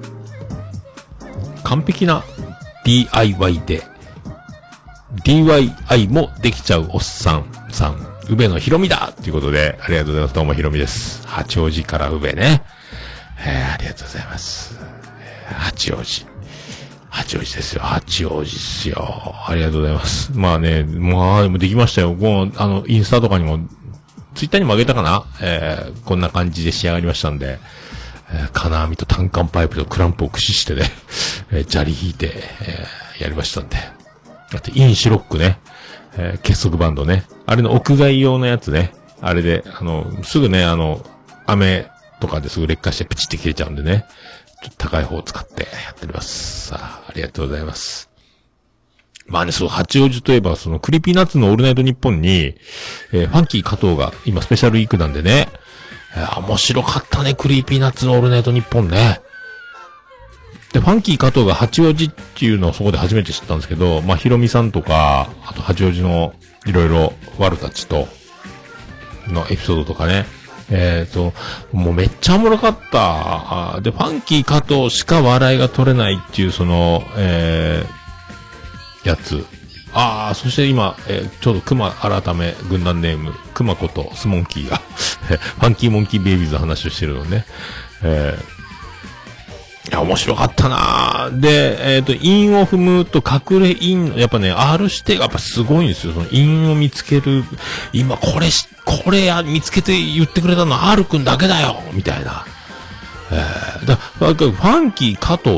完璧な ディーアイワイ で、ディーアイワイ もできちゃうおっさんさん。宇部のひろみだということで、ありがとうございます。どうもひろみです。八王子から宇部ね。えー、ありがとうございます。えー、八王子。八王子ですよ。八王子ですよ。ありがとうございます。まあね、まあ、できましたよ。もう、あの、インスタとかにも、ツイッターにもあげたかなえー、こんな感じで仕上がりましたんで、えー、金網と単管パイプとクランプを駆使してね、えー、砂利引いて、えー、やりましたんで。あと、インシロックね。えー、結束バンドね。あれの屋外用のやつね。あれで、あの、すぐね、あの、雨とかですぐ劣化してプチって切れちゃうんでね。ちょっと高い方を使ってやっております。さあ、ありがとうございます。まあね、そう、八王子といえば、その、クリーピーナッツのオールナイトニッポンに、えー、ファンキー加藤が、今スペシャルウィークなんでね。えー、面白かったね、クリーピーナッツのオールナイトニッポンね。で、ファンキー加藤が八王子っていうのをそこで初めて知ったんですけど、まあ、ヒロミさんとか、あと八王子のいろいろ悪たちと、のエピソードとかね。えっと、もうめっちゃおもろかった。で、ファンキー加藤しか笑いが取れないっていうその、えー、やつ。ああ、そして今、えー、ちょうど熊改め軍団ネーム、熊ことスモンキーが、ファンキーモンキーベイビーズの話をしてるのね。えーいや、面白かったなぁ。で、えっと、韻を踏むと隠れ韻、やっぱね、R 指定がやっぱすごいんですよ。その韻を見つける。今、これし、これや、見つけて言ってくれたのは R くんだけだよみたいな。えー、だ、ファンキー加藤って、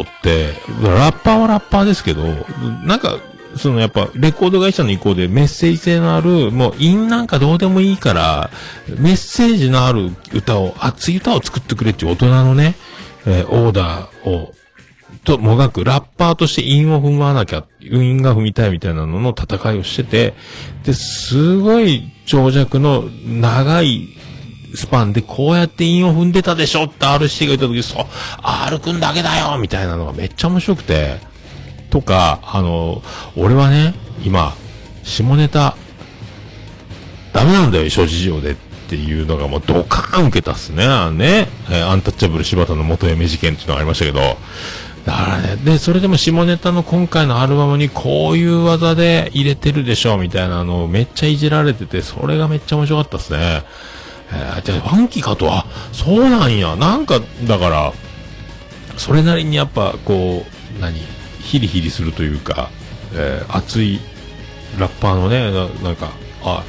ラッパーはラッパーですけど、なんか、そのやっぱ、レコード会社の意向でメッセージ性のある、もう韻なんかどうでもいいから、メッセージのある歌を、熱い歌を作ってくれっていう大人のね、えー、オーダーを、ともがく、ラッパーとして韻を踏まなきゃ、韻が踏みたいみたいなのの戦いをしてて、で、すごい長尺の長いスパンでこうやって韻を踏んでたでしょって R シティが言った時、そう、R くんだけだよみたいなのがめっちゃ面白くて、とか、あの、俺はね、今、下ネタ、ダメなんだよ、諸事情で。っていうのがもうドカーン受けたっすね。ね。えー、アンタッチャブル柴田の元嫁事件っていうのがありましたけど。だからね。で、それでも下ネタの今回のアルバムにこういう技で入れてるでしょみたいなのをめっちゃいじられてて、それがめっちゃ面白かったっすね。えー、じゃあファンキーかと、あ、そうなんや。なんか、だから、それなりにやっぱこう、何ヒリヒリするというか、えー、熱いラッパーのね、な, なんか、あ、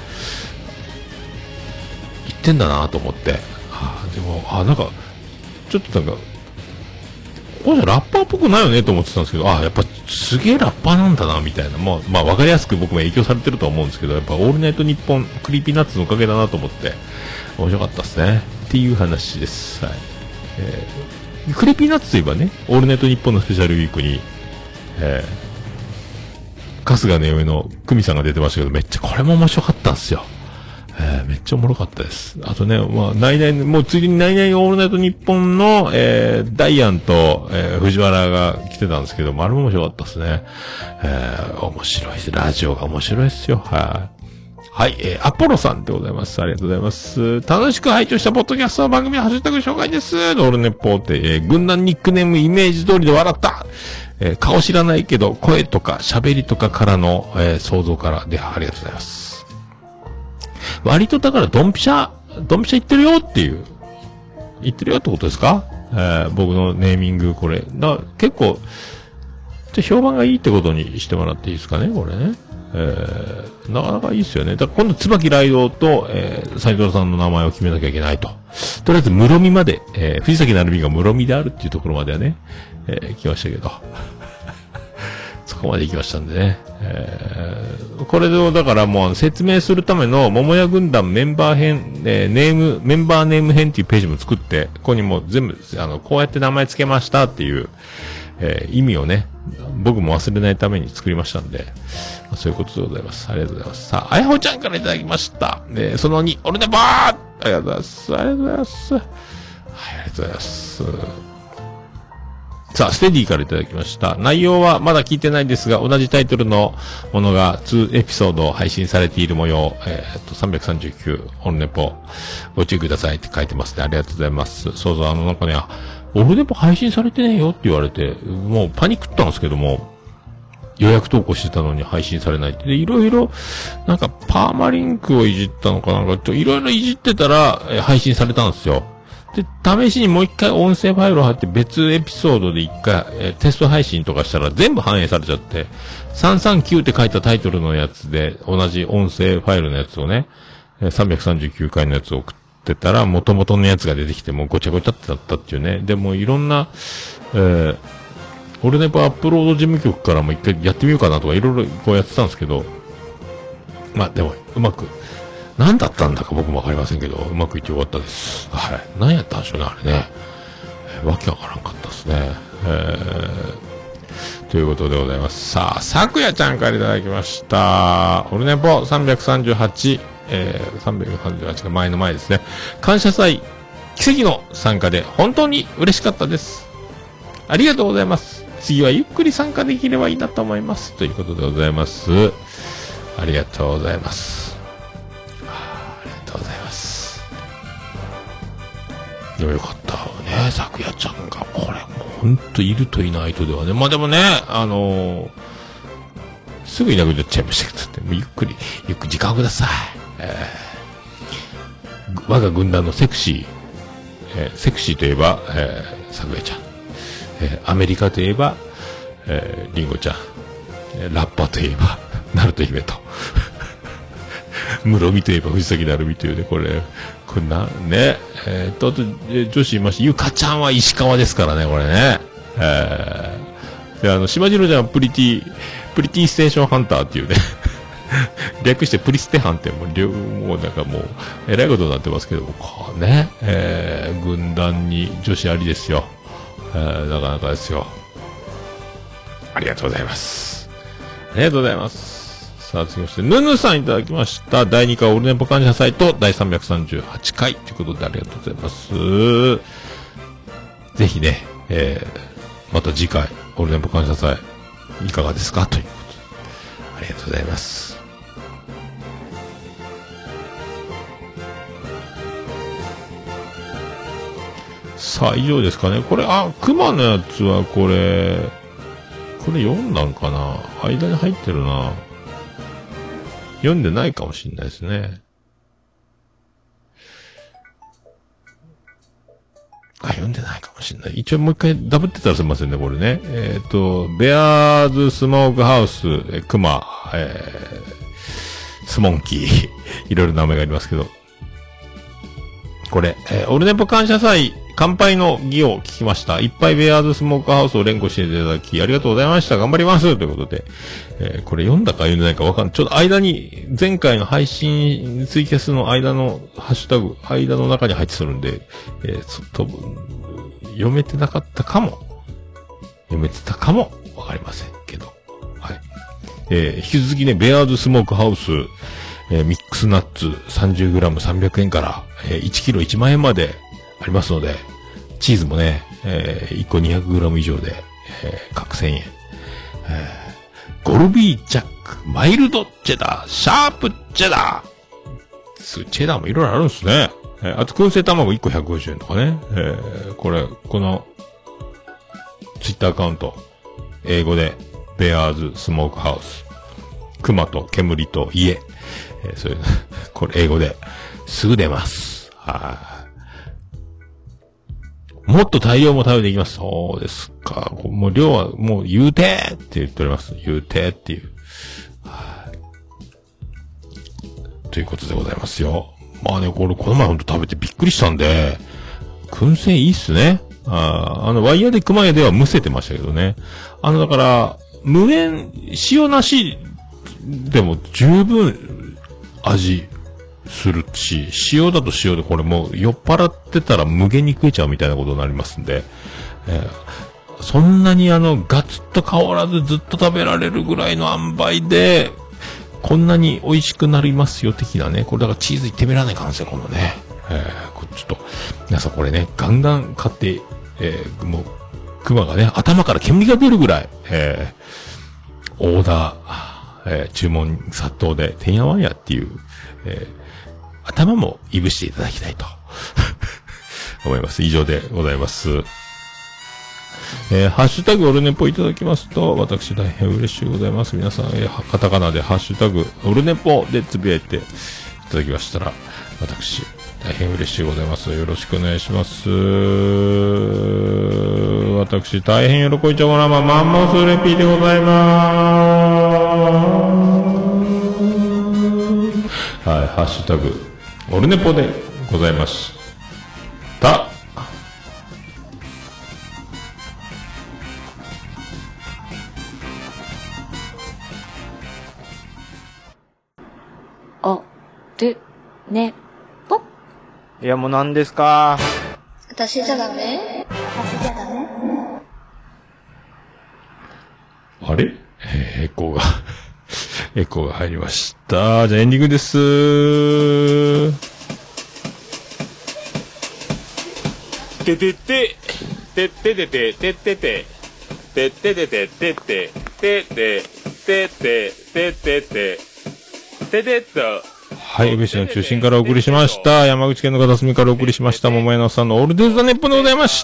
言ってんだなと思って、あでもあなんかちょっとなんかここじゃラッパーっぽくないよねと思ってたんですけど、あやっぱすげえラッパーなんだなみたいな、まあまあわかりやすく僕も影響されてるとは思うんですけど、やっぱオールナイトニッポンクリーピーナッツのおかげだなと思って面白かったですねっていう話です。はい。えー、クリーピーナッツといえばね、オールナイトニッポンのスペシャルウィークに、えー、春日の嫁の久美さんが出てましたけど、めっちゃこれも面白かったんですよ。えー、めっちゃおもろかったです。あとね、まあ、ナイナイ、もうついでにナイナイオールナイトニッポンの、えー、ダイアンと、えー、藤原が来てたんですけど、あれも面白かったですね。えー、面白いです。ラジオが面白いですよ。はい。 はい、えー、アポロさんでございます。ありがとうございます。楽しく拝聴したポッドキャストの番組のハッシュタグ紹介です。オールネポーテ、えー、軍団ニックネームイメージ通りで笑った。えー、顔知らないけど、声とか喋りとかからの、えー、想像からで、ありがとうございます。割とだからドンピシャ、ドンピシャ言ってるよっていう、言ってるよってことですか？えー、僕のネーミングこれ。だ結構、じゃ評判がいいってことにしてもらっていいですかね、これね。えー、なかなかいいですよね。だから今度、椿ライドと、えー、斉藤さんの名前を決めなきゃいけないと。とりあえず、室見まで、えー、藤崎成美が室見であるっていうところまではね、えー、来ましたけど。そこまで行きましたんでね。えー、これで、だからもう説明するための、桃屋軍団メンバー編、えー、ネーム、メンバーネーム編っていうページも作って、ここにも全部、あの、こうやって名前つけましたっていう、えー、意味をね、僕も忘れないために作りましたんで、まあ、そういうことでございます。ありがとうございます。さあ、あやほちゃんからいただきました。えー、そのに、オルネポーありがとうございます。ありがとうございます。はい、ありがとうございます。さあ、ステディからいただきました。内容はまだ聞いてないんですが、同じタイトルのものがにエピソード配信されている模様、えー、っと、さんびゃくさんじゅうきゅう、オルネポ、ご注意くださいって書いてますね。ありがとうございます。そうそう、あの、なんかね、オルネポ配信されてねえよって言われて、もうパニックったんですけども、予約投稿してたのに配信されないって。で、いろいろ、なんかパーマリンクをいじったのかなんか、いろいろいじってたら、えー、配信されたんですよ。で、試しにもう一回音声ファイルを貼って別エピソードで一回、えー、テスト配信とかしたら全部反映されちゃって、さんさんきゅうって書いたタイトルのやつで、同じ音声ファイルのやつをね、さんびゃくさんじゅうきゅうかいのやつを送ってたら、元々のやつが出てきてもうごちゃごちゃってなったっていうね。でもいろんな、えー、オルネポアップロード事務局からも一回やってみようかなとかいろいろこうやってたんですけど、まあでもうまく、何だったんだか僕もわかりませんけど、うまくいってよかったです。はい。何やったんでしょうね、あれね。えー、わけわからんかったですね。えー、ということでございます。さあ、さくやちゃんからいただきました。オルネポさんびゃくさんじゅうはち、えー、さんびゃくさんじゅうはちが前の前ですね。感謝祭、奇跡の参加で本当に嬉しかったです。ありがとうございます。次はゆっくり参加できればいいなと思います。ということでございます。ありがとうございます。ありがとうございます。でもよかったね、さくやちゃんが。これ、もうほんといるといないとではね。まあでもね、あのー、すぐいなくなっちゃいましたけど、もうゆっくり、ゆっくり時間をください。えー、我が軍団のセクシー、えー、セクシーといえば、えー、さくやちゃん。えー、アメリカといえば、えー、リンゴちゃん。えー、ラッパーといえば、ナルト姫と。室見といえば藤崎成美というね、これ、これな、ね、えー、と、あと、えー、女子いまして、ゆかちゃんは石川ですからね、これね。えー、で、あの、島次郎ちゃんはプリティ、プリティステーションハンターっていうね、略してプリステハンってもう、両、もうなんかもう、えらいことになってますけども、こうね、えー、軍団に女子ありですよ。えー、なかなかですよ。ありがとうございます。ありがとうございます。さあ、続きまして、ヌヌさんいただきました。だいにかいオルネポ感謝祭とだいさんびゃくさんじゅうはちかいということでありがとうございます。ぜひね、えー、また次回、オルネポ感謝祭、いかがですかということで。ありがとうございます。さあ、以上ですかね。これ、あ、熊のやつはこれ、これ読んだんかな？間に入ってるな。読んでないかもしれないですね。あ、読んでないかもしれない。一応もう一回ダブってたらすみませんね、これね。えっと、ベアーズスモークハウス、えクマ、えー、スモンキー、いろいろ名前がありますけど。これ、えー、オルネポ感謝祭、乾杯の儀を聞きました。いっぱいベアーズスモークハウスを連呼していただき、ありがとうございました。頑張ります。ということで、えー、これ読んだか読んでないかわかんない。ちょっと間に、前回の配信、ツイキャスの間のハッシュタグ、間の中に入ってするんで、えー、ちょっと、読めてなかったかも、読めてたかも、わかりませんけど。はい。えー、引き続きね、ベアーズスモークハウス、えー、ミックスナッツ さんじゅうグラムさんびゃくえんから、えー、いちキロいちまんえんまでありますので、チーズもね、えー、いっこにひゃくグラム以上で、えー、各せんえん。えー、 ゴルビージャック、マイルドチェダー、シャープチェダー。チェダーもいろいろあるんですね。えー、あと、燻製卵いっこひゃくごじゅうえんとかね。えー、これ、この、ツイッターアカウント、英語で、ベアーズスモークハウス、熊と煙と家、えー、そういう、これ英語で、すぐ出ます。はい。もっと大量も食べていきます。そうですか。もう量は、もう言うてーって言っております。言うてーっていう。はい。ということでございますよ。まあね、これ、この前ほんと食べてびっくりしたんで、燻製いいっすね。ああの、ワイヤーで熊屋ではむせてましたけどね。あの、だから、無塩、塩なしでも十分味するし、塩だと塩でこれもう酔っ払ってたら無限に食えちゃうみたいなことになりますんで、えー、そんなにあの、ガツッと変わらずずっと食べられるぐらいの塩梅で、こんなに美味しくなりますよ的なね。これだからチーズいってみらないかんですよ、このね。えー、こちょっと、皆さんこれね、ガンガン買って、えー、もう、熊がね、頭から煙が出るぐらい、えー、オーダー、えー、注文殺到で、てんやわんやっていう、えー、頭もいぶしていただきたいと、思います。以上でございます。えー、ハッシュタグオルネポいただきますと、私大変嬉しいございます。皆さん、えー、カタカナでハッシュタグオルネポでつぶやいていただきましたら、私、大変嬉しいございます。よろしくお願いします。私、大変喜びちゃうなま、マンモスレピーでございます。はい、ハッシュタグ、オルネポでございました。 お、る、ね、ぽ。 いや、もう何ですか？ 私じゃダメ？私じゃダメ？ あれ？えー、エコーが、エコーが入りました。じゃあエンディングです。 ててて、てててて、ててて、てててて、ててて、ててて、ててて、てててと。 はい、エビシの中心からお送りしました。山口県の片隅からお送りしました。桃屋のさんのオールデイズ・ザ・ネッポンでございました。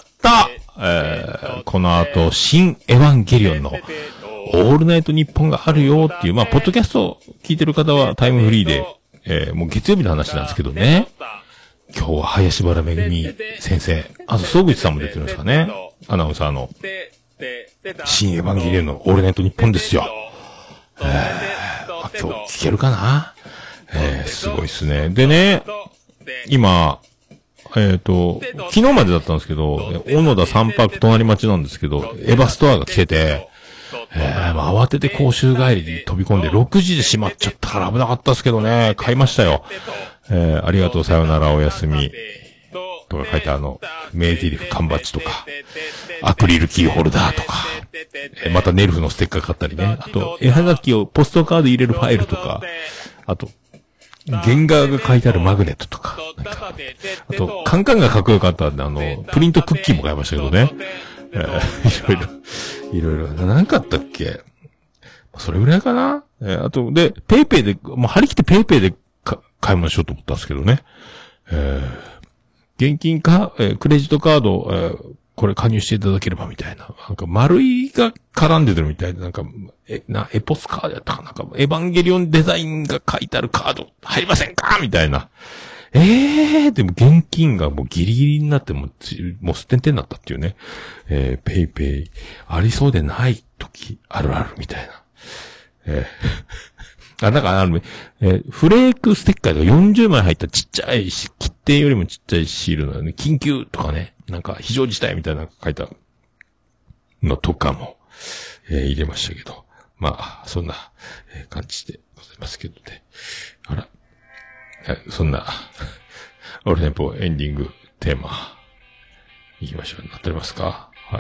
えー、この後、新エヴァンゲリオンのオールナイトニッポンがあるよっていう、まあ、ポッドキャストを聞いてる方はタイムフリーで、えー、もう月曜日の話なんですけどね。今日は林原めぐみ先生、あと、総口さんも出てるんですかね。アナウンサーの、新エヴァンゲリオンのオールナイトニッポンですよ。えー、まあ、今日聞けるかな？えー、すごいっすね。でね、今、えっと、昨日までだったんですけど、小野田三泊隣町なんですけど、エヴァストアが来てて、えー、まあ、慌てて講習帰りに飛び込んでろくじで閉まっちゃったから危なかったですけどね、買いましたよ。えー、ありがとうさよならおやすみ。とか書いてあの、名台詞缶バッジとか、アクリルキーホルダーとか、えー、またネルフのステッカー買ったりね、あと、絵はがきをポストカード入れるファイルとか、あと、原画が書いてあるマグネットとか、なんか、あと、カンカンがかっこよかったんで、あの、プリントクッキーも買いましたけどね。えー、いろいろ、いろいろ、なんかあったっけ？それぐらいかな？えー、あと、で、ペイペイで、もう張り切ってペイペイでか買いましょうと思ったんですけどね。えー、現金か、えー、クレジットカード、えー、これ加入していただければみたいな。なんか丸いが絡んでるみたいな。なんか、え、な、エポスカードやったかなんか、エヴァンゲリオンデザインが書いてあるカード入りませんかみたいな。ええー、でも現金がもうギリギリになっても、もう捨てんてになったっていうね。えー、ペイペイ、ありそうでない時、あるあるみたいな。えー、あ、なんかあの、えー、フレークステッカーがよんじゅうまい入ったちっちゃいし、切手よりもちっちゃいシールのね、緊急とかね。なんか、非常事態みたいなのが書いたのとかも、えー、入れましたけど。まあ、そんな、えー、感じでございますけどね。あら。えそんな、オールネポエンディングテーマ、いきましょう。なっておりますか？はい。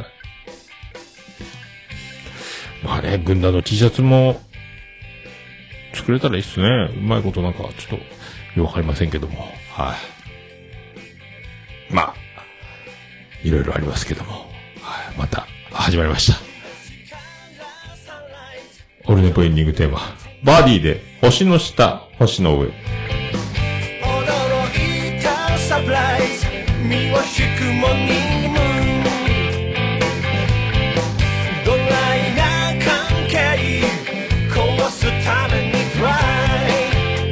まあね、軍団の T シャツも、作れたらいいっすね。うまいことなんか、ちょっと、よくわかりませんけども。はい。まあ、いろいろありますけども、はい、また始まりました。 オルネポエンディングテーマ。バーディーで、星の下、星の上。 驚いたサプライズ身を引くモーニングムーンドライな関係壊すためにトライ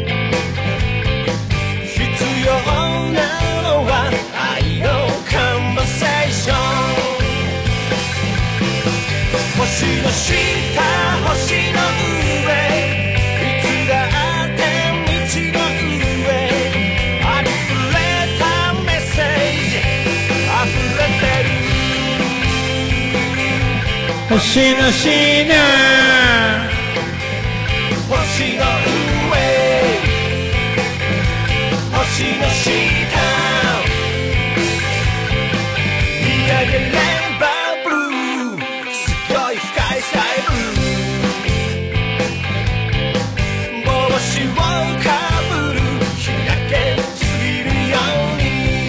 必要なのは愛のカンバセーション星の下星の上いつだって道の上ありふれたメッセージ溢れてる星の下星の上星の下見上げればブルーすごい深いスカイブルー帽子をかぶる日焼けしすぎるように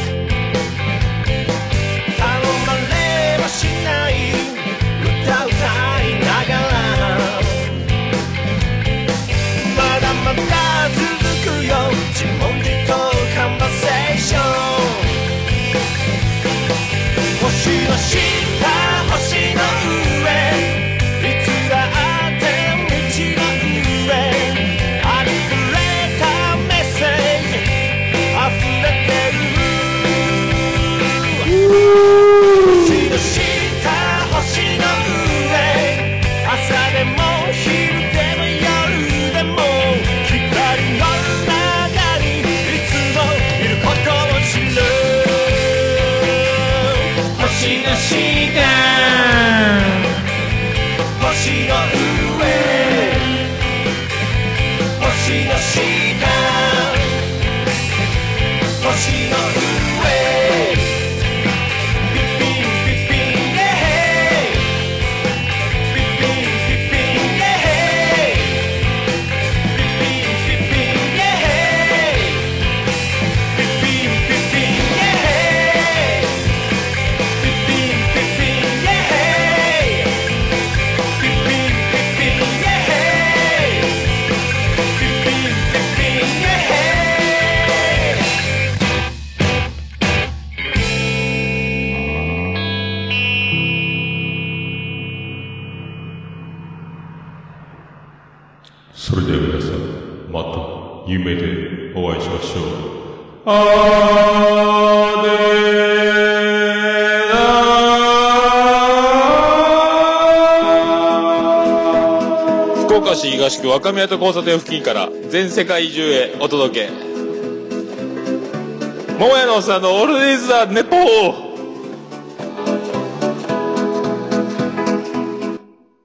頼まれはしない歌歌いながらまだまだ続くよ自問自答カンバセーション星の下星の上いつだって道の上ありふれたメッセージ溢れてる星の下星の上朝でも昼でも夜でも光の中にいつもいることを知る星の下星の上星の下星の上ピッピンピッピンイェヘイピッピンピッピンイェヘイピッピンピッピンイェヘイピッピンピッピンイェヘイピッピンピッピンイェヘイピッピンピッピンイェヘイピッピンピッピンイェヘイそれでは皆さん、また夢でお会いしましょう。あーでー福岡市東区若宮と交差点付近から全世界中へお届け桃屋のおっさんのオールディーズ・ザ・ネポー